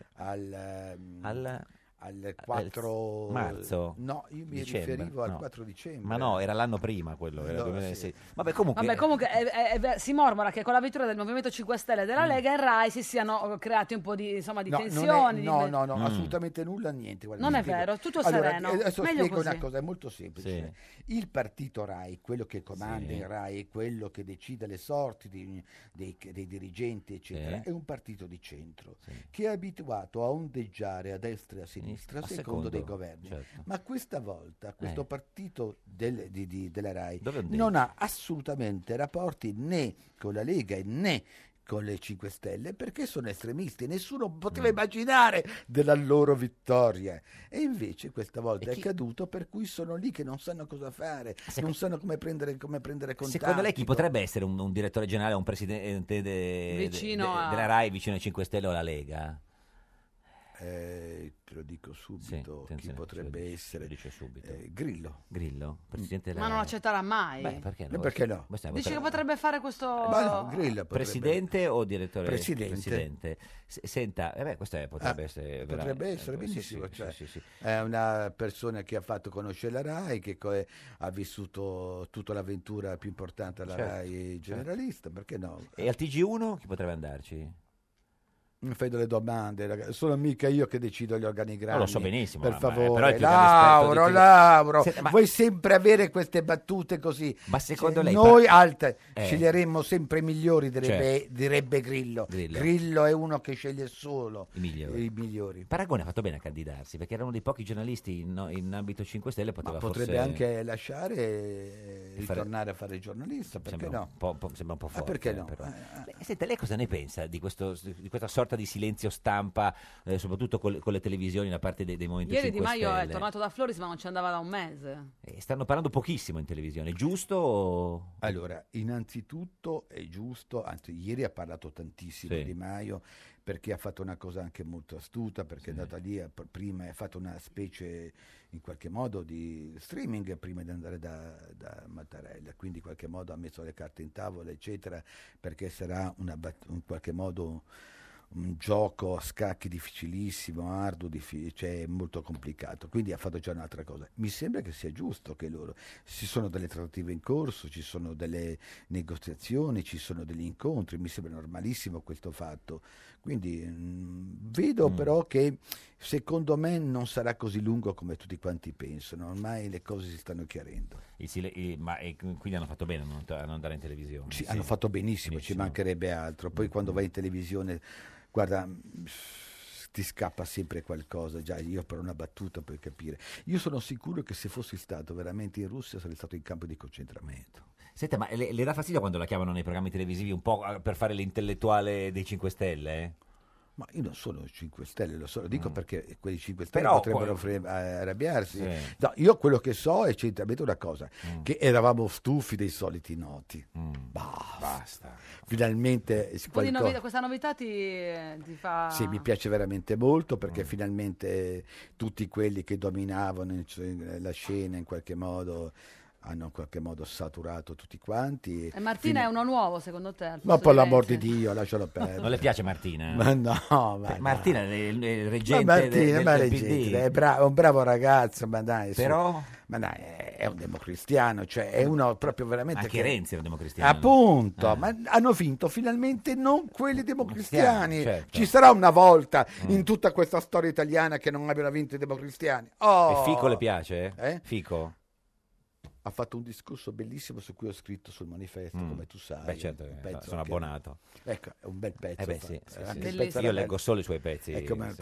al 4 marzo. No, io mi Dicembre, riferivo al no. 4 dicembre. Ma no, era l'anno prima quello, era Allora, 2006. sì. Vabbè, comunque Vabbè, comunque si mormora che con la vittoria del Movimento 5 Stelle e della Lega in Rai si siano creati un po' di, insomma, di No, tensioni. no, di- assolutamente nulla, niente. Guarda, Non mi è spiego. vero, tutto Allora, sereno. adesso Meglio spiego così. una cosa, è molto semplice. Il partito Rai, quello che comanda Sì. in Rai, quello che decide le sorti dei dirigenti, eccetera, Sì. è un partito di centro che è abituato a ondeggiare a destra e a sinistra a secondo dei governi. certo. Ma questa volta questo partito della Rai Dove ondeggia? non ha assolutamente rapporti né con la Lega né con le 5 Stelle perché sono estremisti, nessuno poteva immaginare della loro vittoria e invece questa volta è caduto, per cui sono lì che non sanno cosa fare, non sanno come prendere contatti. secondo lei chi potrebbe essere un direttore generale, un presidente Vicino a- della RAI vicino ai 5 Stelle o alla Lega? Te lo dico subito, chi potrebbe essere? Grillo, presidente della Ma non RAI. accetterà mai. Beh, perché no? Perché no? Dice che potrebbe fare questo... Ma no, Grillo potrebbe- Presidente o direttore? Presidente. Senta, questo potrebbe essere Potrebbe essere sì, benissimo, sì, cioè, sì, sì. è una persona che ha fatto conoscere la RAI, che ha vissuto tutta l'avventura più importante alla Certo, RAI generalista, perché no? E al TG1 chi potrebbe andarci? Mi fai delle domande, ragazzi. Sono mica io che decido gli organigrammi. No, lo so benissimo, per ma- favore. però è più grande esperto di Lauro, Senta, ma- vuoi sempre avere queste battute così. Ma secondo Se lei noi alte Eh. sceglieremmo sempre i migliori, Certo. direbbe Grillo. Grillo è uno che sceglie solo I migliori. i migliori. Paragone ha fatto bene a candidarsi perché era uno dei pochi giornalisti in ambito 5 Stelle, poteva Potrebbe forse anche lasciare e fare- ritornare a fare il giornalista, perché sembra no? sembra un po' forte. perché no? Però. Senta, lei cosa ne pensa di questa sorta di silenzio stampa, soprattutto con le televisioni da parte dei Movimento Ieri 5 Di Maio Stelle? è tornato da Floris ma non ci andava da un mese. Stanno parlando pochissimo in televisione, giusto? O... Allora, innanzitutto è giusto, anzi ieri ha parlato tantissimo Sì. Di Maio perché ha fatto una cosa anche molto astuta, perché è andata lì prima ha fatto una specie in qualche modo di streaming prima di andare da Mattarella, quindi in qualche modo ha messo le carte in tavola eccetera, perché sarà in qualche modo un gioco a scacchi difficilissimo, arduo, cioè molto complicato, quindi ha fatto già un'altra cosa. Mi sembra che sia giusto che loro, ci sono delle trattative in corso, ci sono delle negoziazioni, ci sono degli incontri, mi sembra normalissimo questo fatto, quindi vedo però che secondo me non sarà così lungo come tutti quanti pensano, ormai le cose si stanno chiarendo. Quindi hanno fatto bene a non andare in televisione? Sì, hanno fatto benissimo, ci mancherebbe altro, poi quando vai in televisione guarda, ti scappa sempre qualcosa. Già, io per una battuta puoi capire. Io sono sicuro che se fossi stato veramente in Russia sarei stato in campo di concentramento. Senta, ma le dà fastidio quando la chiamano nei programmi televisivi un po' per fare l'intellettuale dei 5 Stelle? Ma io non sono 5 Stelle, lo dico perché quelli 5 Stelle Però potrebbero arrabbiarsi. Sì. No, io quello che so è centralmente una cosa, che eravamo stufi dei soliti noti. Basta. Finalmente Questa novità ti fa... Sì, mi piace veramente molto perché finalmente tutti quelli che dominavano la scena in qualche modo hanno in qualche modo saturato tutti quanti. E Martina è uno nuovo secondo te? Ma per l'amor di Dio, lascialo perdere. Non le piace Martina? Ma no, ma Martina è il reggente Martina, del PD. è un bravo ragazzo, ma dai. Però? Ma dai, è un democristiano, cioè è uno proprio veramente... Anche Renzi è un democristiano. Appunto, ma hanno vinto finalmente non quelli democristiani. Certo. Ci sarà una volta in tutta questa storia italiana che non abbiano vinto i democristiani. E Fico le piace? Fico? Ha fatto un discorso bellissimo su cui ho scritto sul manifesto, come tu sai. Beh, certo, sono abbonato. Ecco, è un bel pezzo. Io leggo solo i suoi pezzi.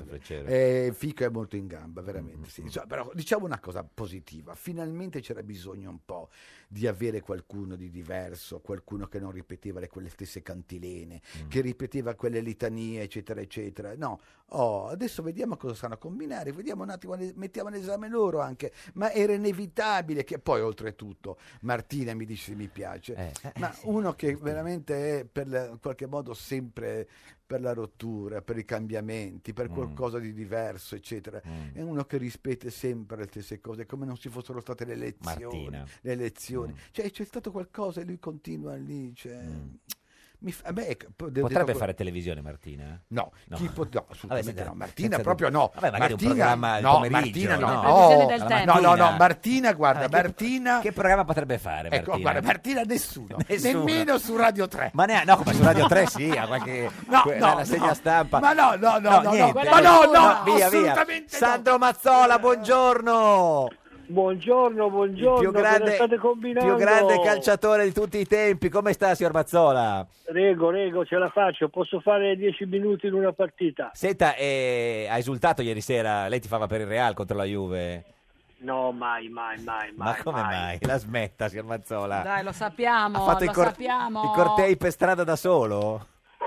Fico è molto in gamba, veramente. Sì. Però diciamo una cosa positiva: finalmente c'era bisogno un po' di avere qualcuno di diverso, qualcuno che non ripeteva quelle stesse cantilene, che ripeteva quelle litanie, eccetera, eccetera. No, adesso vediamo cosa stanno a combinare, vediamo un attimo, mettiamo all'esame loro anche. Ma era inevitabile che poi, oltretutto, Martina mi dice se mi piace, ma uno che veramente è in qualche modo sempre per la rottura, per i cambiamenti, per qualcosa di diverso, eccetera. È uno che rispetta sempre le stesse cose, come non ci fossero state le elezioni. Cioè c'è stato qualcosa e lui continua lì, cioè... Potrebbe fare televisione Martina? No, assolutamente no. Martina senza proprio dubbio. no. Vabbè, magari un Martina, programma il no, pomeriggio, Martina no. No, Martina, guarda, Martina... Che programma potrebbe fare Martina? Ecco, guarda, Martina nessuno. Nemmeno su Radio 3. Ma no, come su Radio 3 sì, a qualche la segna stampa. Ma no, niente. Ma no, via, assolutamente via. Sandro Mazzola, buongiorno. Buongiorno, il cosa state combinando? più grande calciatore di tutti i tempi. Come sta, signor Mazzola? Rego, ce la faccio, posso fare 10 minuti in una partita. Senta, ha esultato ieri sera, lei tifava per il Real contro la Juve? No, mai. Ma come mai? La smetta, signor Mazzola. Dai, lo sappiamo, Ha fatto sappiamo. i cortei per strada da solo?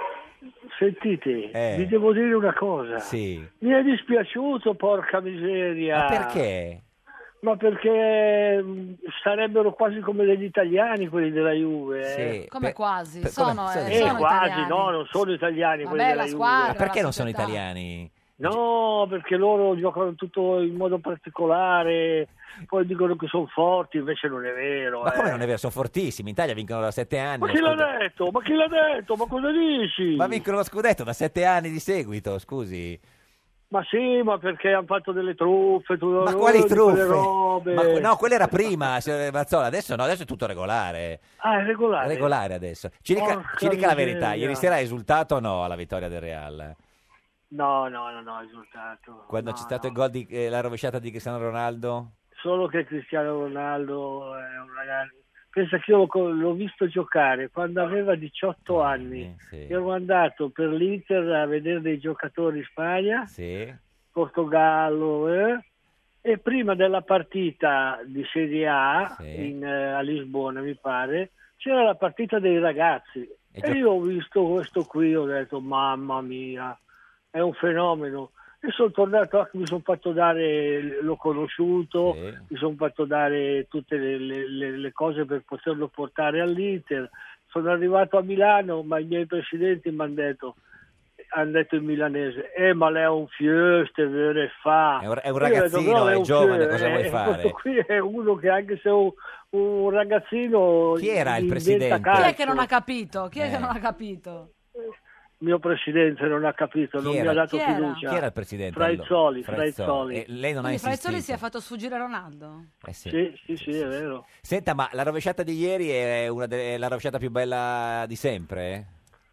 Sentite, vi devo dire una cosa. Sì. Mi è dispiaciuto, porca miseria. Ma perché? Ma perché sarebbero quasi come degli italiani quelli della Juve. Sì. Come quasi? Sono quasi, italiani. no, non sono italiani quelli della Juve. Ma perché non sono italiani? No, perché loro giocano tutto in modo particolare, poi dicono che sono forti, invece non è vero. Ma come non è vero? Sono fortissimi, in Italia vincono da 7 anni. Ma chi l'ha detto? Ma cosa dici? Ma vincono lo scudetto da 7 anni di seguito, scusi. Ma sì, ma perché hanno fatto delle truffe? Ma quali truffe? Robe. No, quella era prima, signor Mazzola, adesso no, adesso è tutto regolare. Ah, è regolare? Regolare adesso. Ci dica la verità, ieri sera ha esultato o no alla vittoria del Real? No, ho esultato. Quando c'è stato il gol di la rovesciata di Cristiano Ronaldo? Solo che Cristiano Ronaldo è un ragazzo... Pensa che io l'ho visto giocare quando aveva 18 anni. Sì. Ero andato per l'Inter a vedere dei giocatori in Spagna, Portogallo, e prima della partita di Serie A a Lisbona, mi pare, c'era la partita dei ragazzi. E io ho visto questo qui, ho detto mamma mia, è un fenomeno. E sono tornato, mi sono fatto dare, l'ho conosciuto, mi sono fatto dare tutte le cose per poterlo portare all'Inter. Sono arrivato a Milano, ma i miei presidenti mi hanno detto in milanese, ma lei è un fieste, vero fa. È un ragazzino, è giovane, cosa vuoi fare? Questo qui è uno che anche se è un ragazzino... Chi era il presidente? Chi è che non ha capito? Chi è che non ha capito? Mio presidente non ha capito, non mi ha dato fiducia. Chi era il presidente? Fraizzoli. E lei non ha insistito? Fraizzoli si è fatto sfuggire Ronaldo? Sì, è vero. Senta, ma la rovesciata di ieri è la rovesciata più bella di sempre?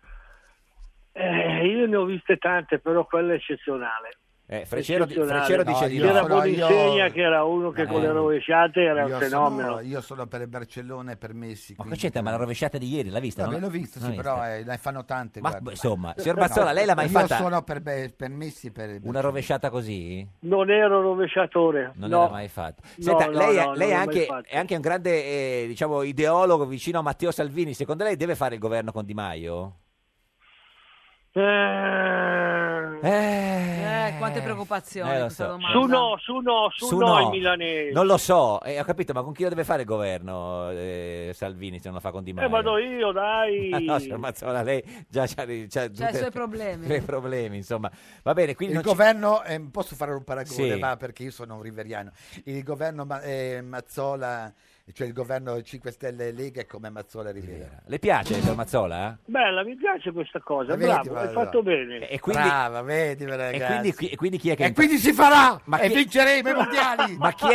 Io ne ho viste tante, però quella è eccezionale. Freccero dice di no. C'era Boninsegna che era uno che con le rovesciate era un fenomeno. Io sono per il Barcellona e per Messi. Ma c'entra, ma la rovesciata di ieri l'ha vista? No, l'ho vista, sì, però ne fanno tante. Ma insomma, signor Mazzola, lei l'ha mai fatta? Io sono per Messi. Una rovesciata così? Non ero rovesciatore. Non l'ha mai fatta. Senta, lei è anche un grande ideologo vicino a Matteo Salvini. Secondo lei deve fare il governo con Di Maio? Quante preoccupazioni lo questa so. domanda. Su no il milanese. Non lo so, ho capito, ma con chi lo deve fare il governo Salvini se non lo fa con Di Maio? Vado io, dai. No, signor Mazzola, lei già c'ha C'ha i suoi problemi. i problemi, insomma. Va bene, quindi il governo, posso fare un paragone, ma perché io sono un riveriano. Il governo Mazzola, cioè il governo 5 Stelle Lega è come Mazzola Rivera. Le piace, signor Mazzola? Bella, mi piace questa cosa, Vedi, bravo, hai fatto bene. E quindi, brava, vedi, ragazzi. E quindi chi è che... E quindi si farà! Ma e chi- vinceremo i mondiali! Ma chi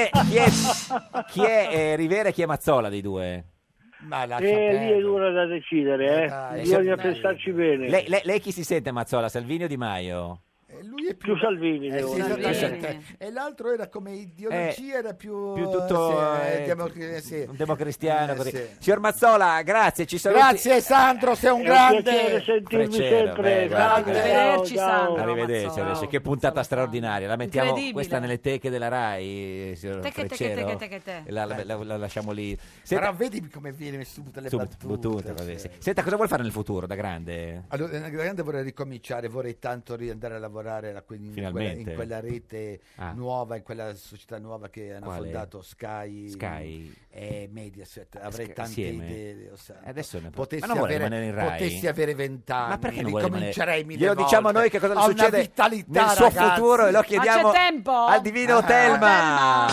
è Rivera e chi è Mazzola dei due? Ma Lì è dura da decidere, bisogna pensarci bene. Lei chi si sente, Mazzola, Salvini o Di Maio? Lui è più Salvini, sì, esattamente. E l'altro era come ideologia, era più tutto democristiano. Così. sì. Signor Mazzola, grazie, ci saluti. Grazie Sandro, sei un grande. piacere sentirvi Freccero, sempre. guarda. Arrivederci, Sandro. Arrivederci, Mazzola. adesso. Che puntata straordinaria. La mettiamo Incredibile. questa nelle teche della Rai, signor Teche, Freccero? teche. La lasciamo lì. Però vedi come viene subito le battute. Così, sì. Senta, cosa vuol fare nel futuro da grande? Allora, da grande vorrei ricominciare, vorrei tanto andare a lavorare in quella rete nuova, in quella società nuova che hanno fondato Sky e Mediaset. Avrei tante idee. Adesso potessi ma non vuole rimanere in Rai? Potessi avere 20 anni, Ma perché non vuole ricomincerei rimanere? Glielo diciamo noi che cosa Ho succede una vitalità, nel suo ragazzi. futuro e lo chiediamo Ma c'è tempo? al divino Telma.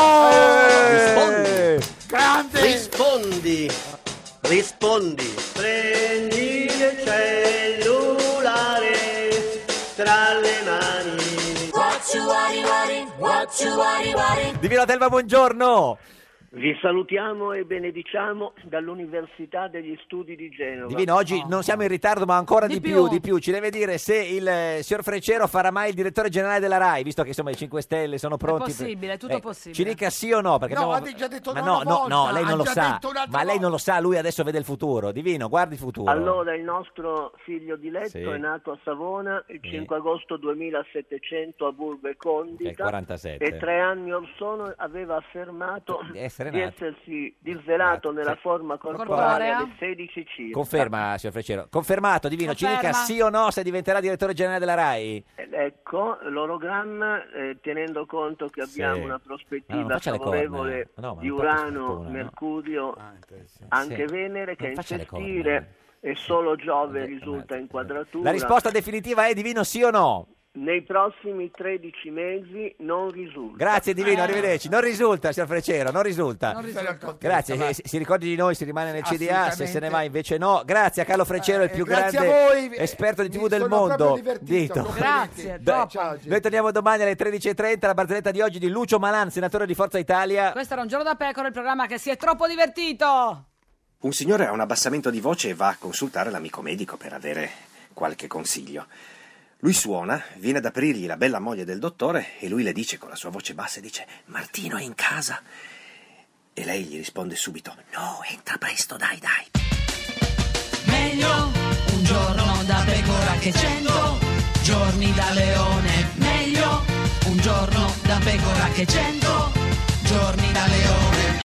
Grande! Rispondi. Prendi il cellulare tra le mani. Divino Telma, buongiorno. Vi salutiamo e benediciamo dall'Università degli Studi di Genova. Divino, oggi non siamo in ritardo, ma ancora di più. Ci deve dire se il signor Freccero farà mai il direttore generale della Rai, visto che insomma i 5 Stelle sono pronti. È possibile, è tutto possibile. Ci dica sì o no? Perché No, abbiamo... ha già detto ma una volta, no, lei non ha lo già sa. detto un'altra Ma lei volta. non lo sa, lui adesso vede il futuro. Divino, guardi il futuro. Allora, il nostro figlio diletto Sì. è nato a Savona il 5 agosto 2700 a Burbe Condita 47. e 3 anni or sono aveva affermato Di essere di nato. essersi disvelato nella forma corporea del 16 circa. Conferma, signor Freccero. Confermato, Divino. Ci Conferma. dica sì o no se diventerà direttore generale della Rai. Ecco, l'orogramma, tenendo conto che abbiamo Sì. una No, non prospettiva faccia le favorevole corna. No, ma di non porta Urano, sfortuna, no? Mercurio, anche Sì. Venere, che Non è in faccia le corna. sestile e solo Giove risulta in quadratura. La risposta definitiva è Divino sì o no? Nei prossimi 13 mesi non risulta. Grazie Divino, arrivederci. Non risulta, signor Freccero, non risulta. Grazie, si ricordi di noi, si rimane nel CDA, se se ne va invece no. Grazie a Carlo Freccero, il più grazie grande a voi. esperto di TV Mi del sono mondo. proprio divertito. Dito. Grazie, Beh, top. noi torniamo domani alle 13.30, la barzelletta di oggi di Lucio Malan, senatore di Forza Italia. Questo era Un giorno da pecora, il programma che si è troppo divertito. Un signore ha un abbassamento di voce e va a consultare l'amico medico per avere qualche consiglio. Lui suona, viene ad aprirgli la bella moglie del dottore e lui le dice con la sua voce bassa, dice «Martino è in casa?» E lei gli risponde subito «No, entra presto, dai». Meglio un giorno da pecora che 100 giorni da leone. Meglio un giorno da pecora che 100 giorni da leone.